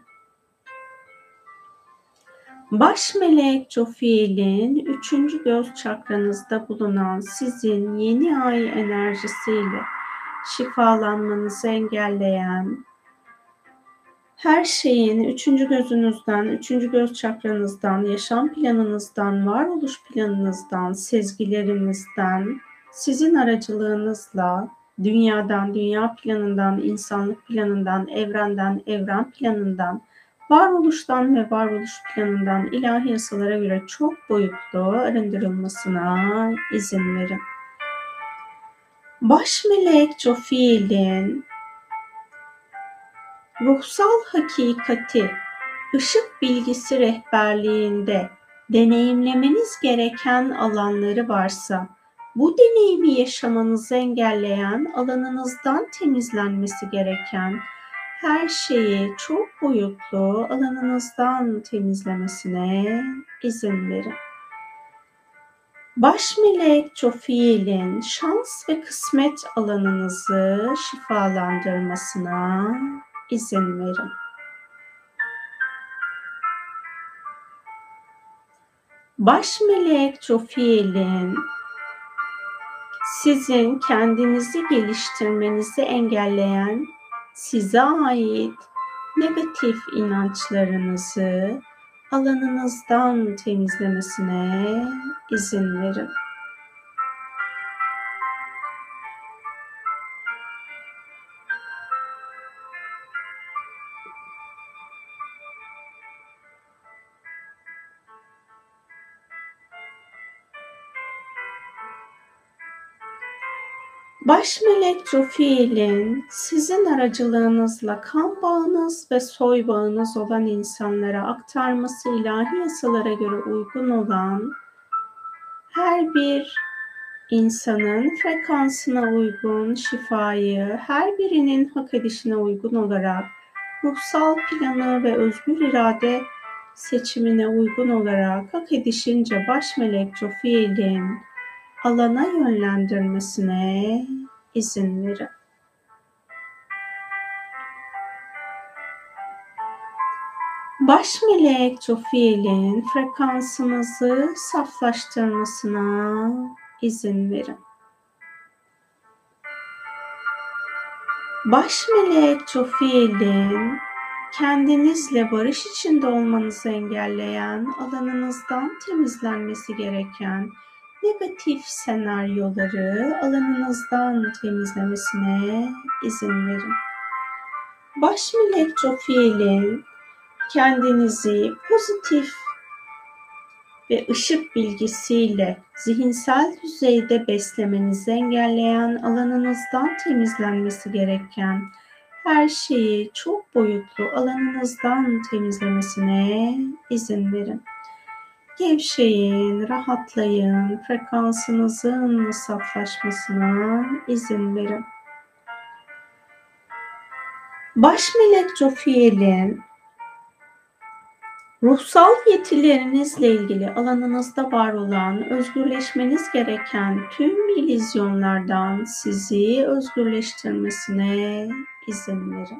Baş melek Jofiel'in 3. göz çakranızda bulunan sizin yeni ay enerjisiyle şifalanmanızı engelleyen, her şeyin 3. gözünüzden, 3. göz çakranızdan, yaşam planınızdan, varoluş planınızdan, sezgilerinizden, sizin aracılığınızla dünyadan, dünya planından, insanlık planından, evrenden, evren planından, varoluştan ve varoluş planından ilahi yasalara göre çok boyutlu arındırılmasına izin verin. Baş melek Jofiel'in ruhsal hakikati, ışık bilgisi rehberliğinde deneyimlemeniz gereken alanları varsa, bu deneyimi yaşamanızı engelleyen, alanınızdan temizlenmesi gereken her şeyi çok boyutlu alanınızdan temizlemesine izin verin. Baş melek Jofiel'in şans ve kısmet alanınızı şifalandırmasına izin verin. Baş melek Jofiel'in sizin kendinizi geliştirmenizi engelleyen, size ait negatif inançlarınızı alanınızdan temizlemesine izin verin. Baş melek Jofiel'in sizin aracılığınızla kan bağınız ve soy bağınız olan insanlara aktarması ilahi yasalara göre uygun olan her bir insanın frekansına uygun şifayı, her birinin hak edişine uygun olarak ruhsal planı ve özgür irade seçimine uygun olarak hak edişince baş melek Jofiel'in alana yönlendirmesine izin verin. Baş melek Jofiel'in frekansınızı saflaştırmasına izin verin. Baş melek Jofiel'in kendinizle barış içinde olmanızı engelleyen, alanınızdan temizlenmesi gereken negatif senaryoları alanınızdan temizlemesine izin verin. Baş melek Jofiel'in kendinizi pozitif ve ışık bilgisiyle zihinsel düzeyde beslemenizi engelleyen, alanınızdan temizlenmesi gereken her şeyi çok boyutlu alanınızdan temizlemesine izin verin. Gevşeyin, rahatlayın, frekansınızın saflaşmasına izin verin. Baş melek Jofiel'in ruhsal yetilerinizle ilgili alanınızda var olan, özgürleşmeniz gereken tüm illüzyonlardan sizi özgürleştirmesine izin verin.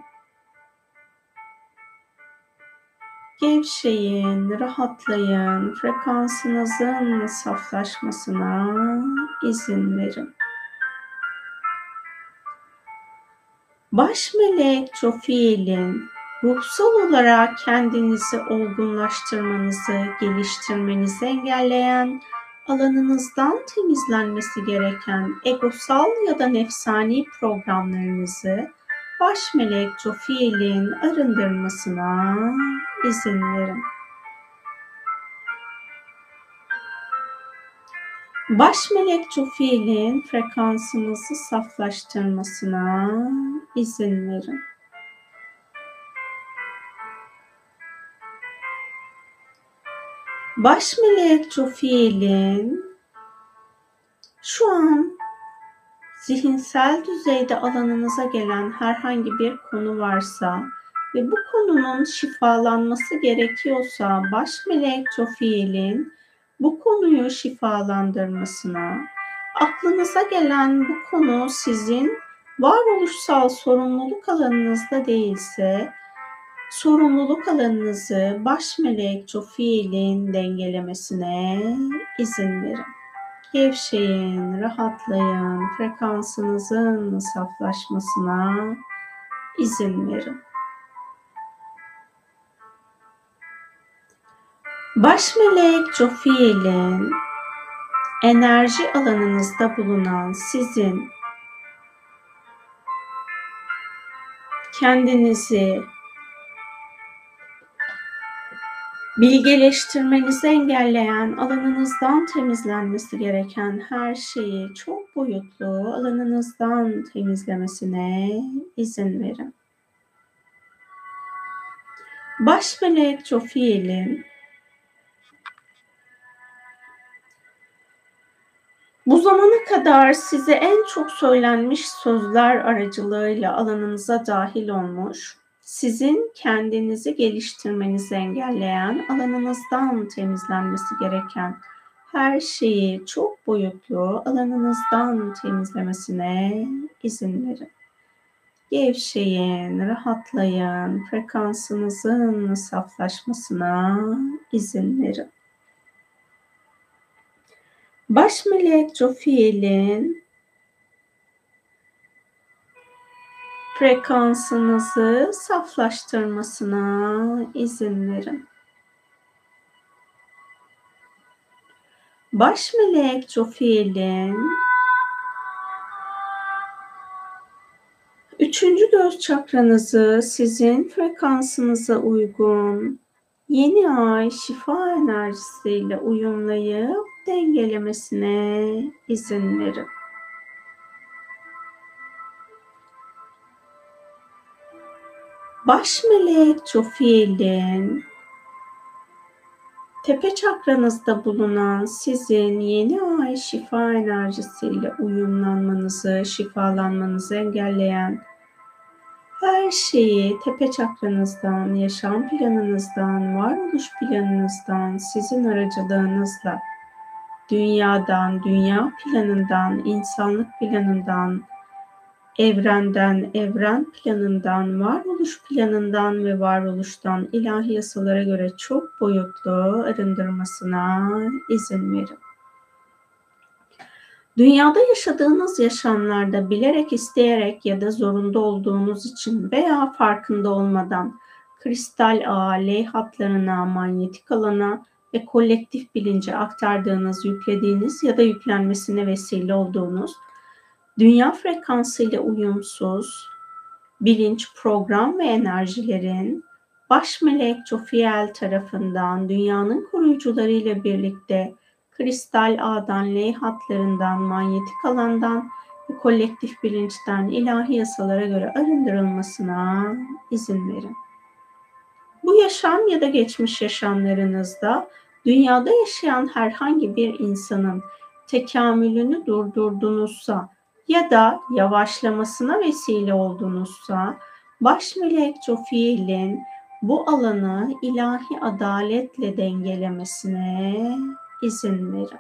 Gevşeyin, rahatlayın, frekansınızın saflaşmasına izin verin. Baş melek Jofiel'in ruhsal olarak kendinizi olgunlaştırmanızı, geliştirmenizi engelleyen, alanınızdan temizlenmesi gereken egosal ya da nefsani programlarınızı baş melek Jofiel'in arındırmasına izin verin. Baş melek Jofiel'in frekansınızı saflaştırmasına izin verin. Baş melek Jofiel'in şu an zihinsel düzeyde alanınıza gelen herhangi bir konu varsa ve bu konunun şifalanması gerekiyorsa baş melek Jofiel'in bu konuyu şifalandırmasına, aklınıza gelen bu konu sizin varoluşsal sorumluluk alanınızda değilse, sorumluluk alanınızı baş melek Jofiel'in dengelemesine izin verin. Gevşeyin, rahatlayın, frekansınızın saflaşmasına izin verin. Baş melek Jofiel'in enerji alanınızda bulunan sizin kendinizi bilgeleştirmenizi engelleyen, alanınızdan temizlenmesi gereken her şeyi çok boyutlu alanınızdan temizlemesine izin verin. Baş melek Jofiel'in bu zamana kadar size en çok söylenmiş sözler aracılığıyla alanınıza dahil olmuş, sizin kendinizi geliştirmenizi engelleyen, alanınızdan temizlenmesi gereken her şeyi çok boyutlu alanınızdan temizlemesine izin verin. Gevşeyin, rahatlayın, frekansınızın saflaşmasına izin verin. Baş melek Jofiel'in frekansınızı saflaştırmasına izin verin. Baş melek Jofiel'in 3. göz çakranızı sizin frekansınıza uygun yeni ay şifa enerjisiyle uyumlayıp dengelemesine izin verin. Baş melek Jofiel'in tepe çakranızda bulunan sizin yeni ay şifa enerjisiyle uyumlanmanızı, şifalanmanızı engelleyen her şeyi tepe çakranızdan, yaşam planınızdan, varoluş planınızdan, sizin aracılığınızla dünyadan, dünya planından, insanlık planından, evrenden, evren planından, varoluş planından ve varoluştan ilahi yasalara göre çok boyutlu arındırmasına izin verin. Dünyada yaşadığınız yaşamlarda bilerek, isteyerek ya da zorunda olduğunuz için veya farkında olmadan kristal ağa, ley hatlarına, manyetik alana ve kolektif bilince aktardığınız, yüklediğiniz ya da yüklenmesine vesile olduğunuz dünya frekansıyla uyumsuz bilinç, program ve enerjilerin baş melek Jofiel tarafından dünyanın koruyucularıyla birlikte kristal ağdan, ley hatlarından, manyetik alandan ve kolektif bilinçten ilahi yasalara göre arındırılmasına izin verin. Bu yaşam ya da geçmiş yaşamlarınızda dünyada yaşayan herhangi bir insanın tekamülünü durdurdunuzsa ya da yavaşlamasına vesile oldunuzsa baş melek Jofiel'in bu alanı ilahi adaletle dengelemesine izin verin.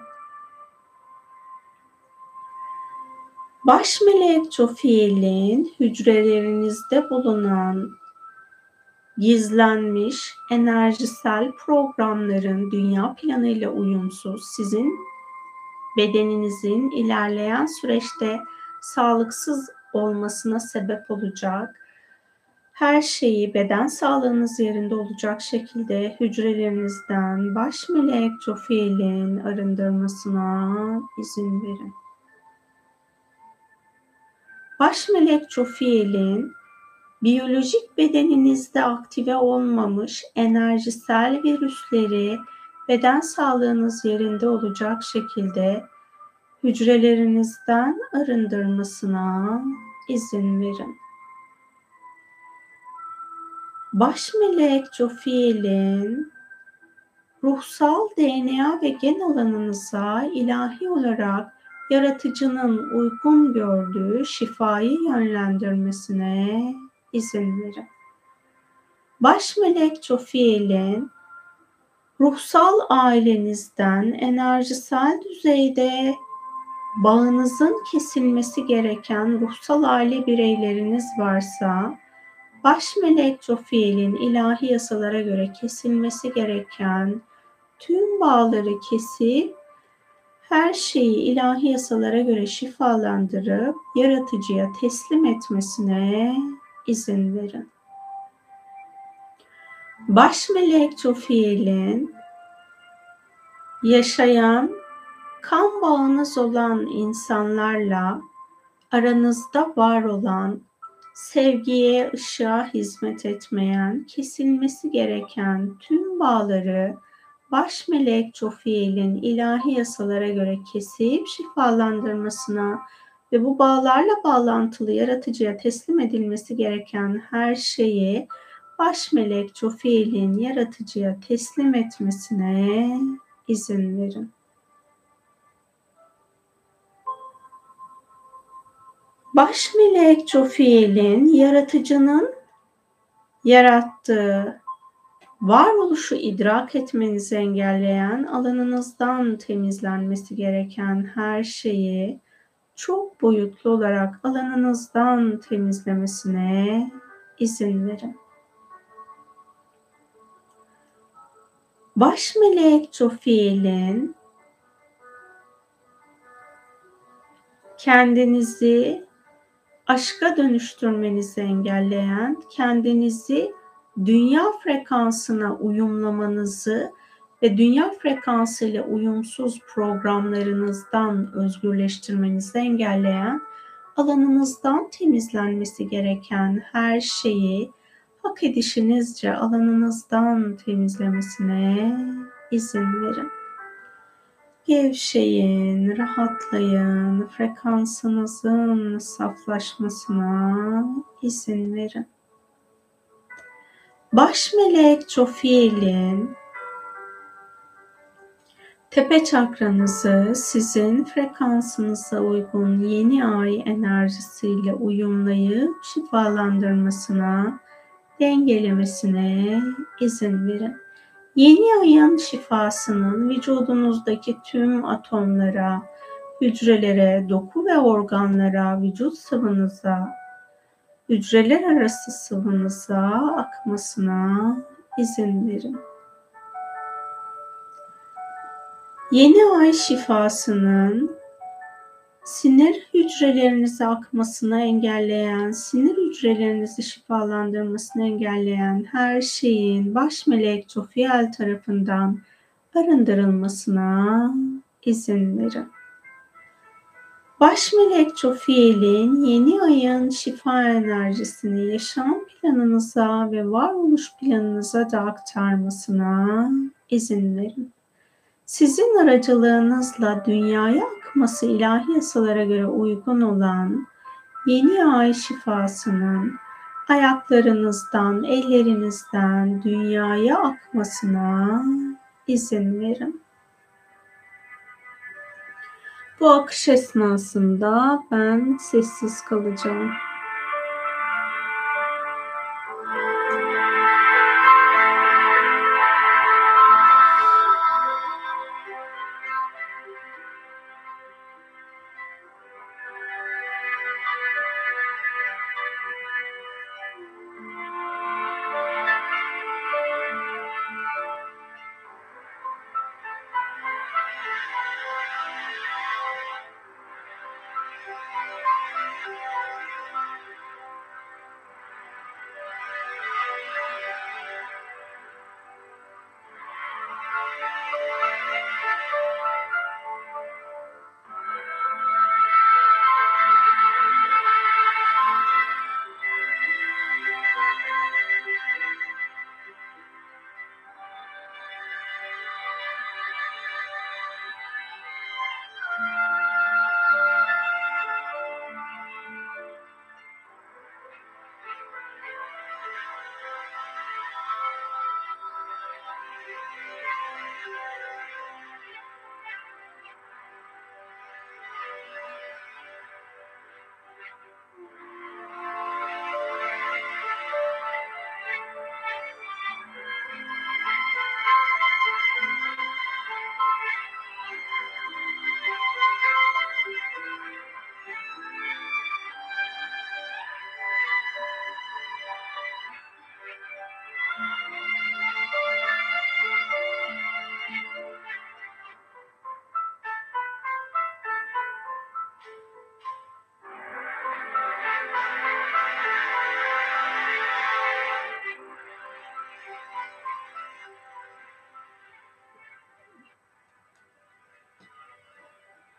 Baş melek Jofiel'in hücrelerinizde bulunan gizlenmiş enerjisel programların dünya planıyla uyumsuz, sizin bedeninizin ilerleyen süreçte sağlıksız olmasına sebep olacak her şeyi beden sağlığınız yerinde olacak şekilde hücrelerinizden baş melek Jofiel'in arındırmasına izin verin. Baş melek Jofiel'in biyolojik bedeninizde aktive olmamış enerjisel virüsleri beden sağlığınız yerinde olacak şekilde hücrelerinizden arındırmasına izin verin. Baş melek Jofiel'in ruhsal DNA ve gen alanınıza ilahi olarak yaratıcının uygun gördüğü şifayı yönlendirmesine izin verin. Baş melek Jofiel'in ruhsal ailenizden enerjisel düzeyde bağınızın kesilmesi gereken ruhsal aile bireyleriniz varsa, baş melek Jofiel'in ilahi yasalara göre kesilmesi gereken tüm bağları kesip her şeyi ilahi yasalara göre şifalandırıp yaratıcıya teslim etmesine izin verin. Baş melek Jofiel'in yaşayan, kan bağınız olan insanlarla aranızda var olan, sevgiye, ışığa hizmet etmeyen, kesilmesi gereken tüm bağları baş melek Jofiel'in ilahi yasalara göre kesip şifalandırmasına ve bu bağlarla bağlantılı yaratıcıya teslim edilmesi gereken her şeyi baş melek Jofiel'in yaratıcıya teslim etmesine izin verin. Baş melek Jofiel'in yaratıcının yarattığı, varoluşu idrak etmenizi engelleyen, alanınızdan temizlenmesi gereken her şeyi çok boyutlu olarak alanınızdan temizlemesine izin verin. Baş melek Jofiel'in kendinizi aşka dönüştürmenizi engelleyen, kendinizi dünya frekansına uyumlamanızı ve dünya frekansıyla uyumsuz programlarınızdan özgürleştirmenizi engelleyen, alanınızdan temizlenmesi gereken her şeyi hak edişinizce alanınızdan temizlemesine izin verin. Gevşeyin, rahatlayın, frekansınızın saflaşmasına izin verin. Baş melek Jofiel'in tepe çakranızı sizin frekansınıza uygun yeni ay enerjisiyle uyumlayıp şifalandırmasına, dengelemesine izin verin. Yeni ayın şifasının vücudunuzdaki tüm atomlara, hücrelere, doku ve organlara, vücut sıvınıza, hücreler arası sıvınıza akmasına izin verin. Yeni ay şifasının sinir hücrelerinize akmasını engelleyen, sinir hücrelerinizi şifalandırmasını engelleyen her şeyin baş melek Jofiel tarafından arındırılmasına izin verin. Baş melek Jofiel'in yeni ayın şifa enerjisini yaşam planınıza ve varoluş planınıza da aktarmasına izin verin. Sizin aracılığınızla dünyaya akması ilahi yasalara göre uygun olan yeni ay şifasının ayaklarınızdan, ellerinizden dünyaya akmasına izin verin. Bu akış esnasında ben sessiz kalacağım.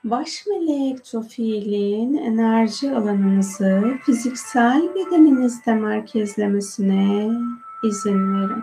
Baş melek Zofiil'in enerji alanınızı fiziksel bedeninizde merkezlemesine izin verin.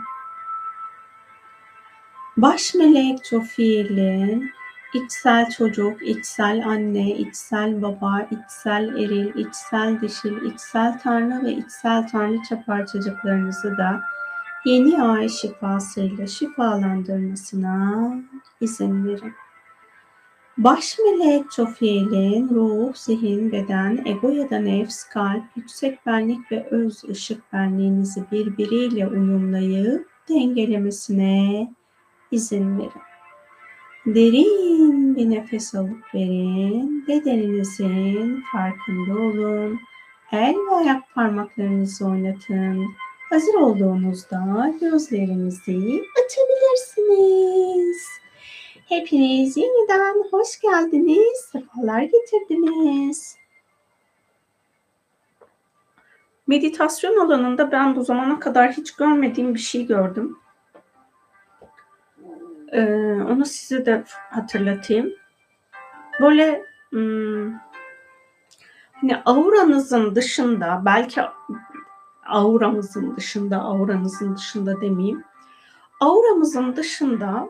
Baş melek Zofiil'in içsel çocuk, içsel anne, içsel baba, içsel eril, içsel dişil, içsel tanrı ve içsel tanrıça parçacıklarınızı da yeni ay şifasıyla şifalandırmasına izin verin. Baş melek Zofiil'in ruh, zihin, beden, ego ya da nefs, kalp, yüksek benlik ve öz ışık benliğinizi birbiriyle uyumlayıp dengelemesine izin verin. Derin bir nefes alıp verin. Bedeninizin farkında olun. El ve ayak parmaklarınızı oynatın. Hazır olduğunuzda gözlerinizi açabilirsiniz. Hepiniz yeniden hoş geldiniz. Sefalar getirdiniz. Meditasyon alanında ben bu zamana kadar hiç görmediğim bir şey gördüm. Onu size de hatırlatayım. Böyle hani auranızın dışında, belki auranızın dışında demeyeyim. Auramızın dışında,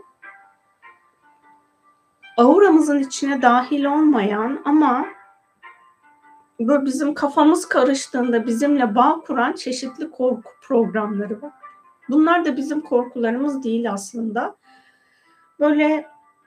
auramızın içine dahil olmayan ama böyle bizim kafamız karıştığında bizimle bağ kuran çeşitli korku programları var. Bunlar da bizim korkularımız değil aslında. Böyle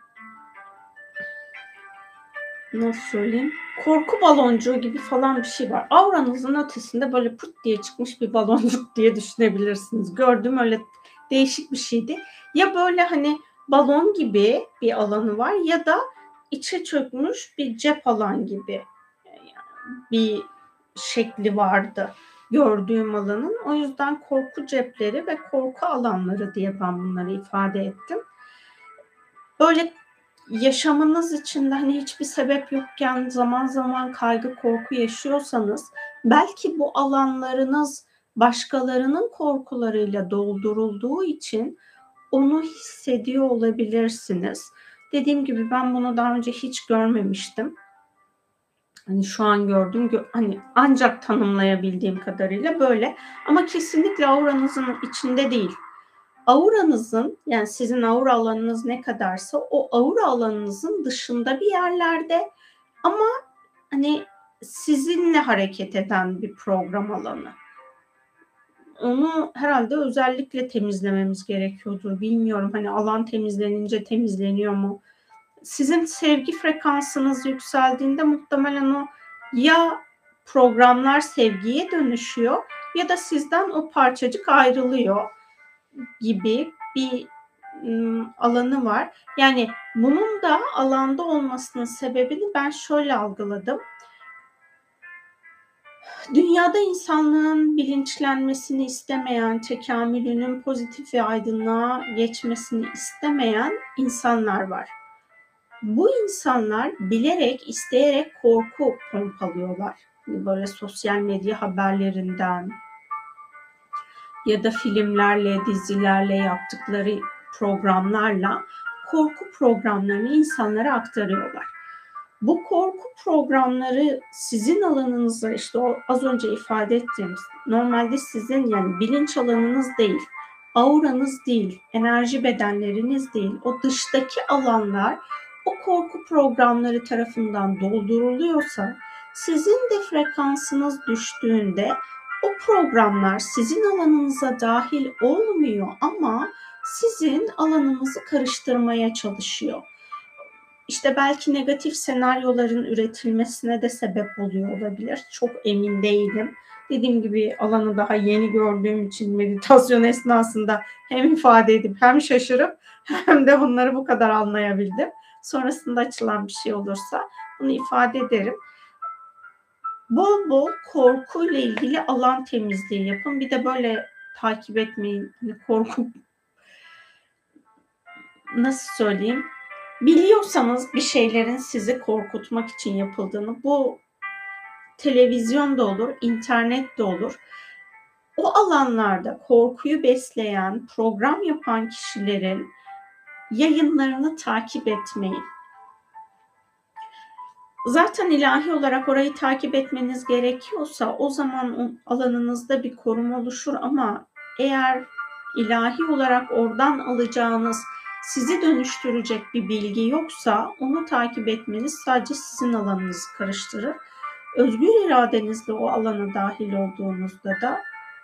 nasıl söyleyeyim? Korku baloncuğu gibi falan bir şey var. Auranızın ötesinde böyle pıt diye çıkmış bir baloncuk diye düşünebilirsiniz. Gördüğüm öyle değişik bir şeydi. Ya böyle hani balon gibi bir alanı var ya da içe çökmüş bir cep alan gibi bir şekli vardı gördüğüm alanın. O yüzden korku cepleri ve korku alanları diye ben bunları ifade ettim. Böyle yaşamınız içinde hani hiçbir sebep yokken zaman zaman kaygı, korku yaşıyorsanız belki bu alanlarınız başkalarının korkularıyla doldurulduğu için onu hissediyor olabilirsiniz. Dediğim gibi ben bunu daha önce hiç görmemiştim. Hani şu an gördüğüm, hani ancak tanımlayabildiğim kadarıyla böyle. Ama kesinlikle auranızın içinde değil. Auranızın, yani sizin aura alanınız ne kadarsa o aura alanınızın dışında bir yerlerde ama hani sizinle hareket eden bir program alanı. Onu herhalde özellikle temizlememiz gerekiyordur. Bilmiyorum, hani alan temizlenince temizleniyor mu? Sizin sevgi frekansınız yükseldiğinde muhtemelen o ya programlar sevgiye dönüşüyor ya da sizden o parçacık ayrılıyor gibi bir alanı var. Yani bunun da alanda olmasının sebebini ben şöyle algıladım. Dünyada insanlığın bilinçlenmesini istemeyen, tekamülünün pozitif ve aydınlığa geçmesini istemeyen insanlar var. Bu insanlar bilerek, isteyerek korku pompalıyorlar. Böyle sosyal medya haberlerinden ya da filmlerle, dizilerle yaptıkları programlarla korku programlarını insanlara aktarıyorlar. Bu korku programları sizin alanınızda, işte o az önce ifade ettiğimiz, normalde sizin yani bilinç alanınız değil, auranız değil, enerji bedenleriniz değil, o dıştaki alanlar o korku programları tarafından dolduruluyorsa, sizin de frekansınız düştüğünde o programlar sizin alanınıza dahil olmuyor ama sizin alanınızı karıştırmaya çalışıyor. İşte belki negatif senaryoların üretilmesine de sebep oluyor olabilir. Çok emin değilim. Dediğim gibi alanı daha yeni gördüğüm için meditasyon esnasında hem ifade edip hem şaşırıp hem de bunları bu kadar anlayabildim. Sonrasında açılan bir şey olursa bunu ifade ederim. Bol bol korkuyla ilgili alan temizliği yapın. Bir de böyle takip etmeyin. Hani korku, nasıl söyleyeyim? Biliyorsanız bir şeylerin sizi korkutmak için yapıldığını, bu televizyonda olur, internette olur. O alanlarda korkuyu besleyen, program yapan kişilerin yayınlarını takip etmeyin. Zaten ilahi olarak orayı takip etmeniz gerekiyorsa o zaman alanınızda bir koruma oluşur ama eğer ilahi olarak oradan alacağınız sizi dönüştürecek bir bilgi yoksa onu takip etmeniz sadece sizin alanınızı karıştırır. Özgür iradenizle o alana dahil olduğunuzda da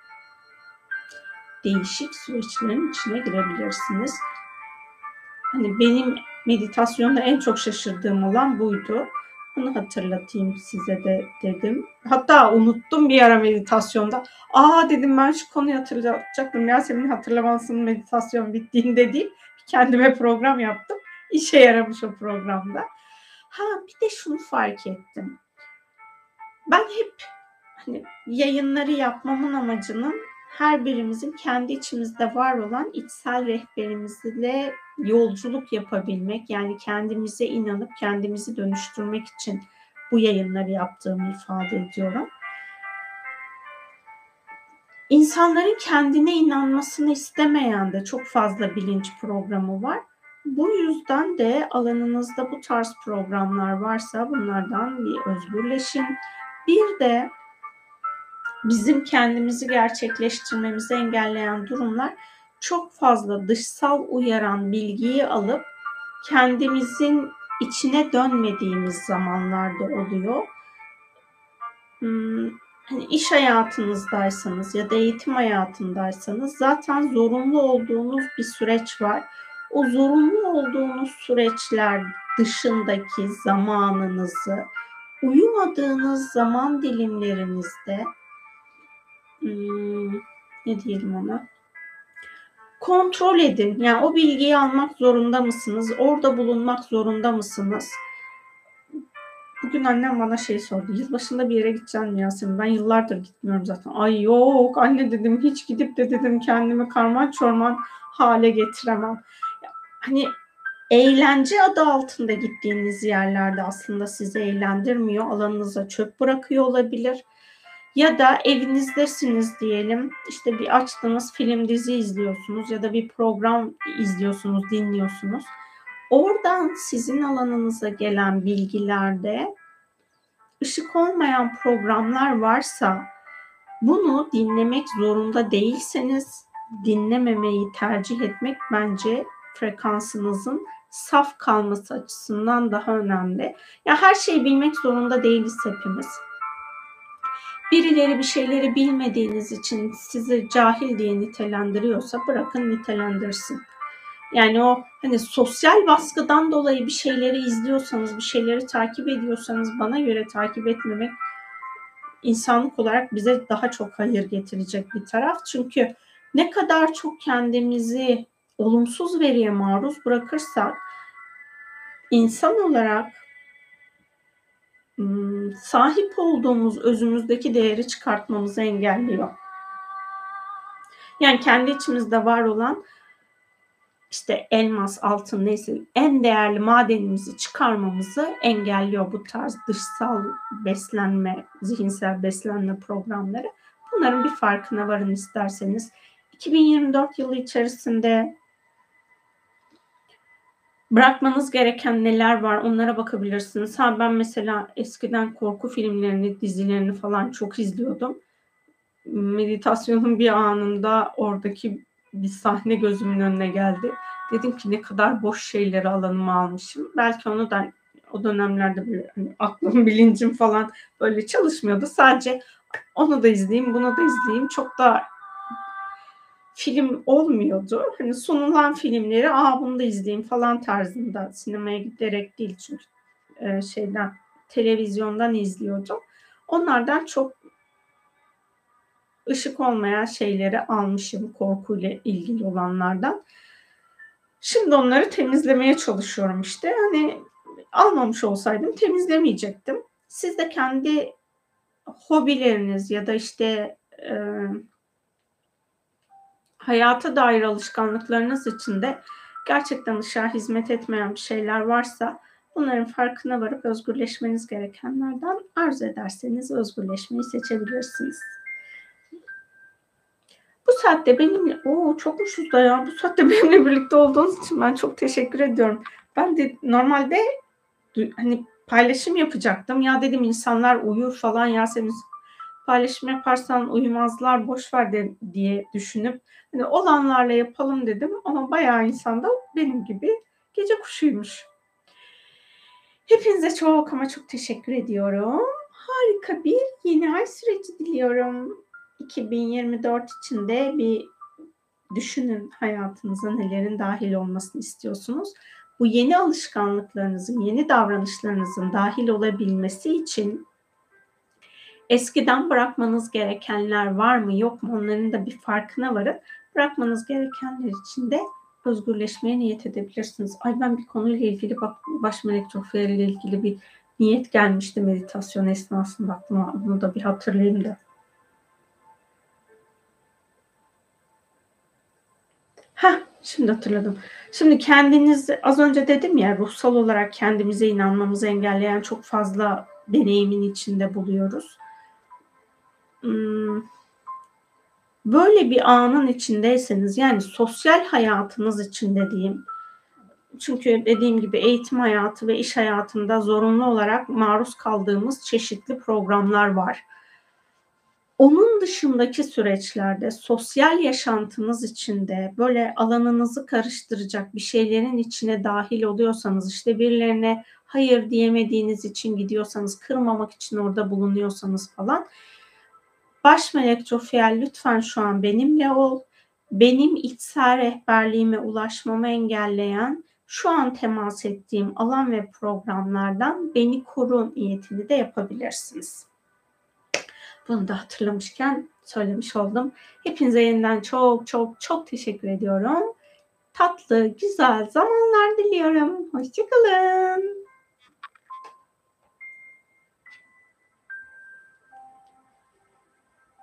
değişik süreçlerin içine girebilirsiniz. Hani benim meditasyonda en çok şaşırdığım alan buydu. Bunu hatırlatayım size de dedim. Hatta unuttum bir ara meditasyonda. Dedim ben şu konuyu hatırlatacaktım. Yasemin hatırlamalısın meditasyon bittiğinde değil. Kendime program yaptım. İşe yaramış o programda. Bir de şunu fark ettim. Ben hep yayınları yapmamın amacının her birimizin kendi içimizde var olan içsel rehberimizle yolculuk yapabilmek, yani kendimize inanıp kendimizi dönüştürmek için bu yayınları yaptığımı ifade ediyorum. İnsanların kendine inanmasını istemeyen de çok fazla bilinç programı var. Bu yüzden de alanınızda bu tarz programlar varsa bunlardan bir özgürleşin. Bir de bizim kendimizi gerçekleştirmemizi engelleyen durumlar çok fazla dışsal uyaran bilgiyi alıp kendimizin içine dönmediğimiz zamanlarda oluyor. İş hayatınızdaysanız ya da eğitim hayatındaysanız zaten zorunlu olduğunuz bir süreç var. O zorunlu olduğunuz süreçler dışındaki zamanınızı uyumadığınız zaman dilimlerinizde ne diyelim ona? Kontrol edin. Yani o bilgiyi almak zorunda mısınız? Orada bulunmak zorunda mısınız? Bugün annem bana sordu. Yılbaşında bir yere gideceğim Yasemin. Ben yıllardır gitmiyorum zaten. Ay yok anne dedim, hiç gidip de dedim kendimi karman çorman hale getiremem. Hani eğlence adı altında gittiğiniz yerlerde aslında sizi eğlendirmiyor. Alanınıza çöp bırakıyor olabilir. Ya da evinizdesiniz diyelim, işte bir açtığınız film, dizi izliyorsunuz ya da bir program izliyorsunuz, dinliyorsunuz. Oradan sizin alanınıza gelen bilgilerde ışık olmayan programlar varsa bunu dinlemek zorunda değilseniz dinlememeyi tercih etmek bence frekansınızın saf kalması açısından daha önemli. Ya her şeyi bilmek zorunda değiliz hepimiz. Birileri bir şeyleri bilmediğiniz için sizi cahil diye nitelendiriyorsa bırakın nitelendirsin. Yani o sosyal baskıdan dolayı bir şeyleri izliyorsanız, bir şeyleri takip ediyorsanız bana göre takip etmemek insanlık olarak bize daha çok hayır getirecek bir taraf. Çünkü ne kadar çok kendimizi olumsuz veriye maruz bırakırsak insan olarak sahip olduğumuz özümüzdeki değeri çıkartmamızı engelliyor. Yani kendi içimizde var olan işte elmas, altın neyse en değerli madenimizi çıkarmamızı engelliyor bu tarz dışsal beslenme, zihinsel beslenme programları. Bunların bir farkına varın isterseniz. 2024 yılı içerisinde bırakmanız gereken neler var onlara bakabilirsiniz. Ben mesela eskiden korku filmlerini, dizilerini falan çok izliyordum. Meditasyonun bir anında oradaki bir sahne gözümün önüne geldi. Dedim ki ne kadar boş şeyleri alanıma almışım. Belki onu da o dönemlerde böyle aklım, bilincim falan böyle çalışmıyordu. Sadece onu da izleyeyim, bunu da izleyeyim. Çok da film olmuyordu. Sunulan filmleri bunu da izleyeyim falan tarzında, sinemaya giderek değil çünkü televizyondan izliyordum. Onlardan çok ışık olmayan şeyleri almışım, korkuyla ilgili olanlardan. Şimdi onları temizlemeye çalışıyorum işte. Almamış olsaydım temizlemeyecektim. Siz de kendi hobileriniz ya da işte hayata dair alışkanlıklarınız için de gerçekten ışığa hizmet etmeyen bir şeyler varsa bunların farkına varıp özgürleşmeniz gerekenlerden arzu ederseniz özgürleşmeyi seçebilirsiniz. Bu saatte benimle, çokmuşuz da ya, bu saatte benimle birlikte olduğunuz için ben çok teşekkür ediyorum. Ben de normalde paylaşım yapacaktım. Ya dedim insanlar uyur falan, Yasemin paylaşım yaparsan uyumazlar, boş ver diye düşünüp hani olanlarla yapalım dedim ama bayağı insan da benim gibi gece kuşuymuş. Hepinize çok ama çok teşekkür ediyorum. Harika bir yeni ay süreci diliyorum. 2024 içinde bir düşünün, hayatınıza nelerin dahil olmasını istiyorsunuz. Bu yeni alışkanlıklarınızın, yeni davranışlarınızın dahil olabilmesi için eskiden bırakmanız gerekenler var mı yok mu, onların da bir farkına varın. Bırakmanız gerekenler için de özgürleşmeye niyet edebilirsiniz. Ay ben bir konuyla ilgili baş melek trofeyle ile ilgili bir niyet gelmişti meditasyon esnasında aklıma. Bunu da bir hatırlayayım da. Şimdi hatırladım. Şimdi kendiniz, az önce dedim ya, ruhsal olarak kendimize inanmamızı engelleyen çok fazla deneyimin içinde buluyoruz. Böyle bir anın içindeyseniz, yani sosyal hayatınız içinde diyeyim. Çünkü dediğim gibi eğitim hayatı ve iş hayatında zorunlu olarak maruz kaldığımız çeşitli programlar var. Onun dışındaki süreçlerde sosyal yaşantınız içinde böyle alanınızı karıştıracak bir şeylerin içine dahil oluyorsanız, işte birilerine hayır diyemediğiniz için gidiyorsanız, kırmamak için orada bulunuyorsanız falan, baş melek Jofiel lütfen şu an benimle ol. Benim içsel rehberliğime ulaşmamı engelleyen, şu an temas ettiğim alan ve programlardan beni koru niyetini de yapabilirsiniz. Bunu da hatırlamışken söylemiş oldum. Hepinize yeniden çok çok çok teşekkür ediyorum. Tatlı, güzel zamanlar diliyorum. Hoşça kalın.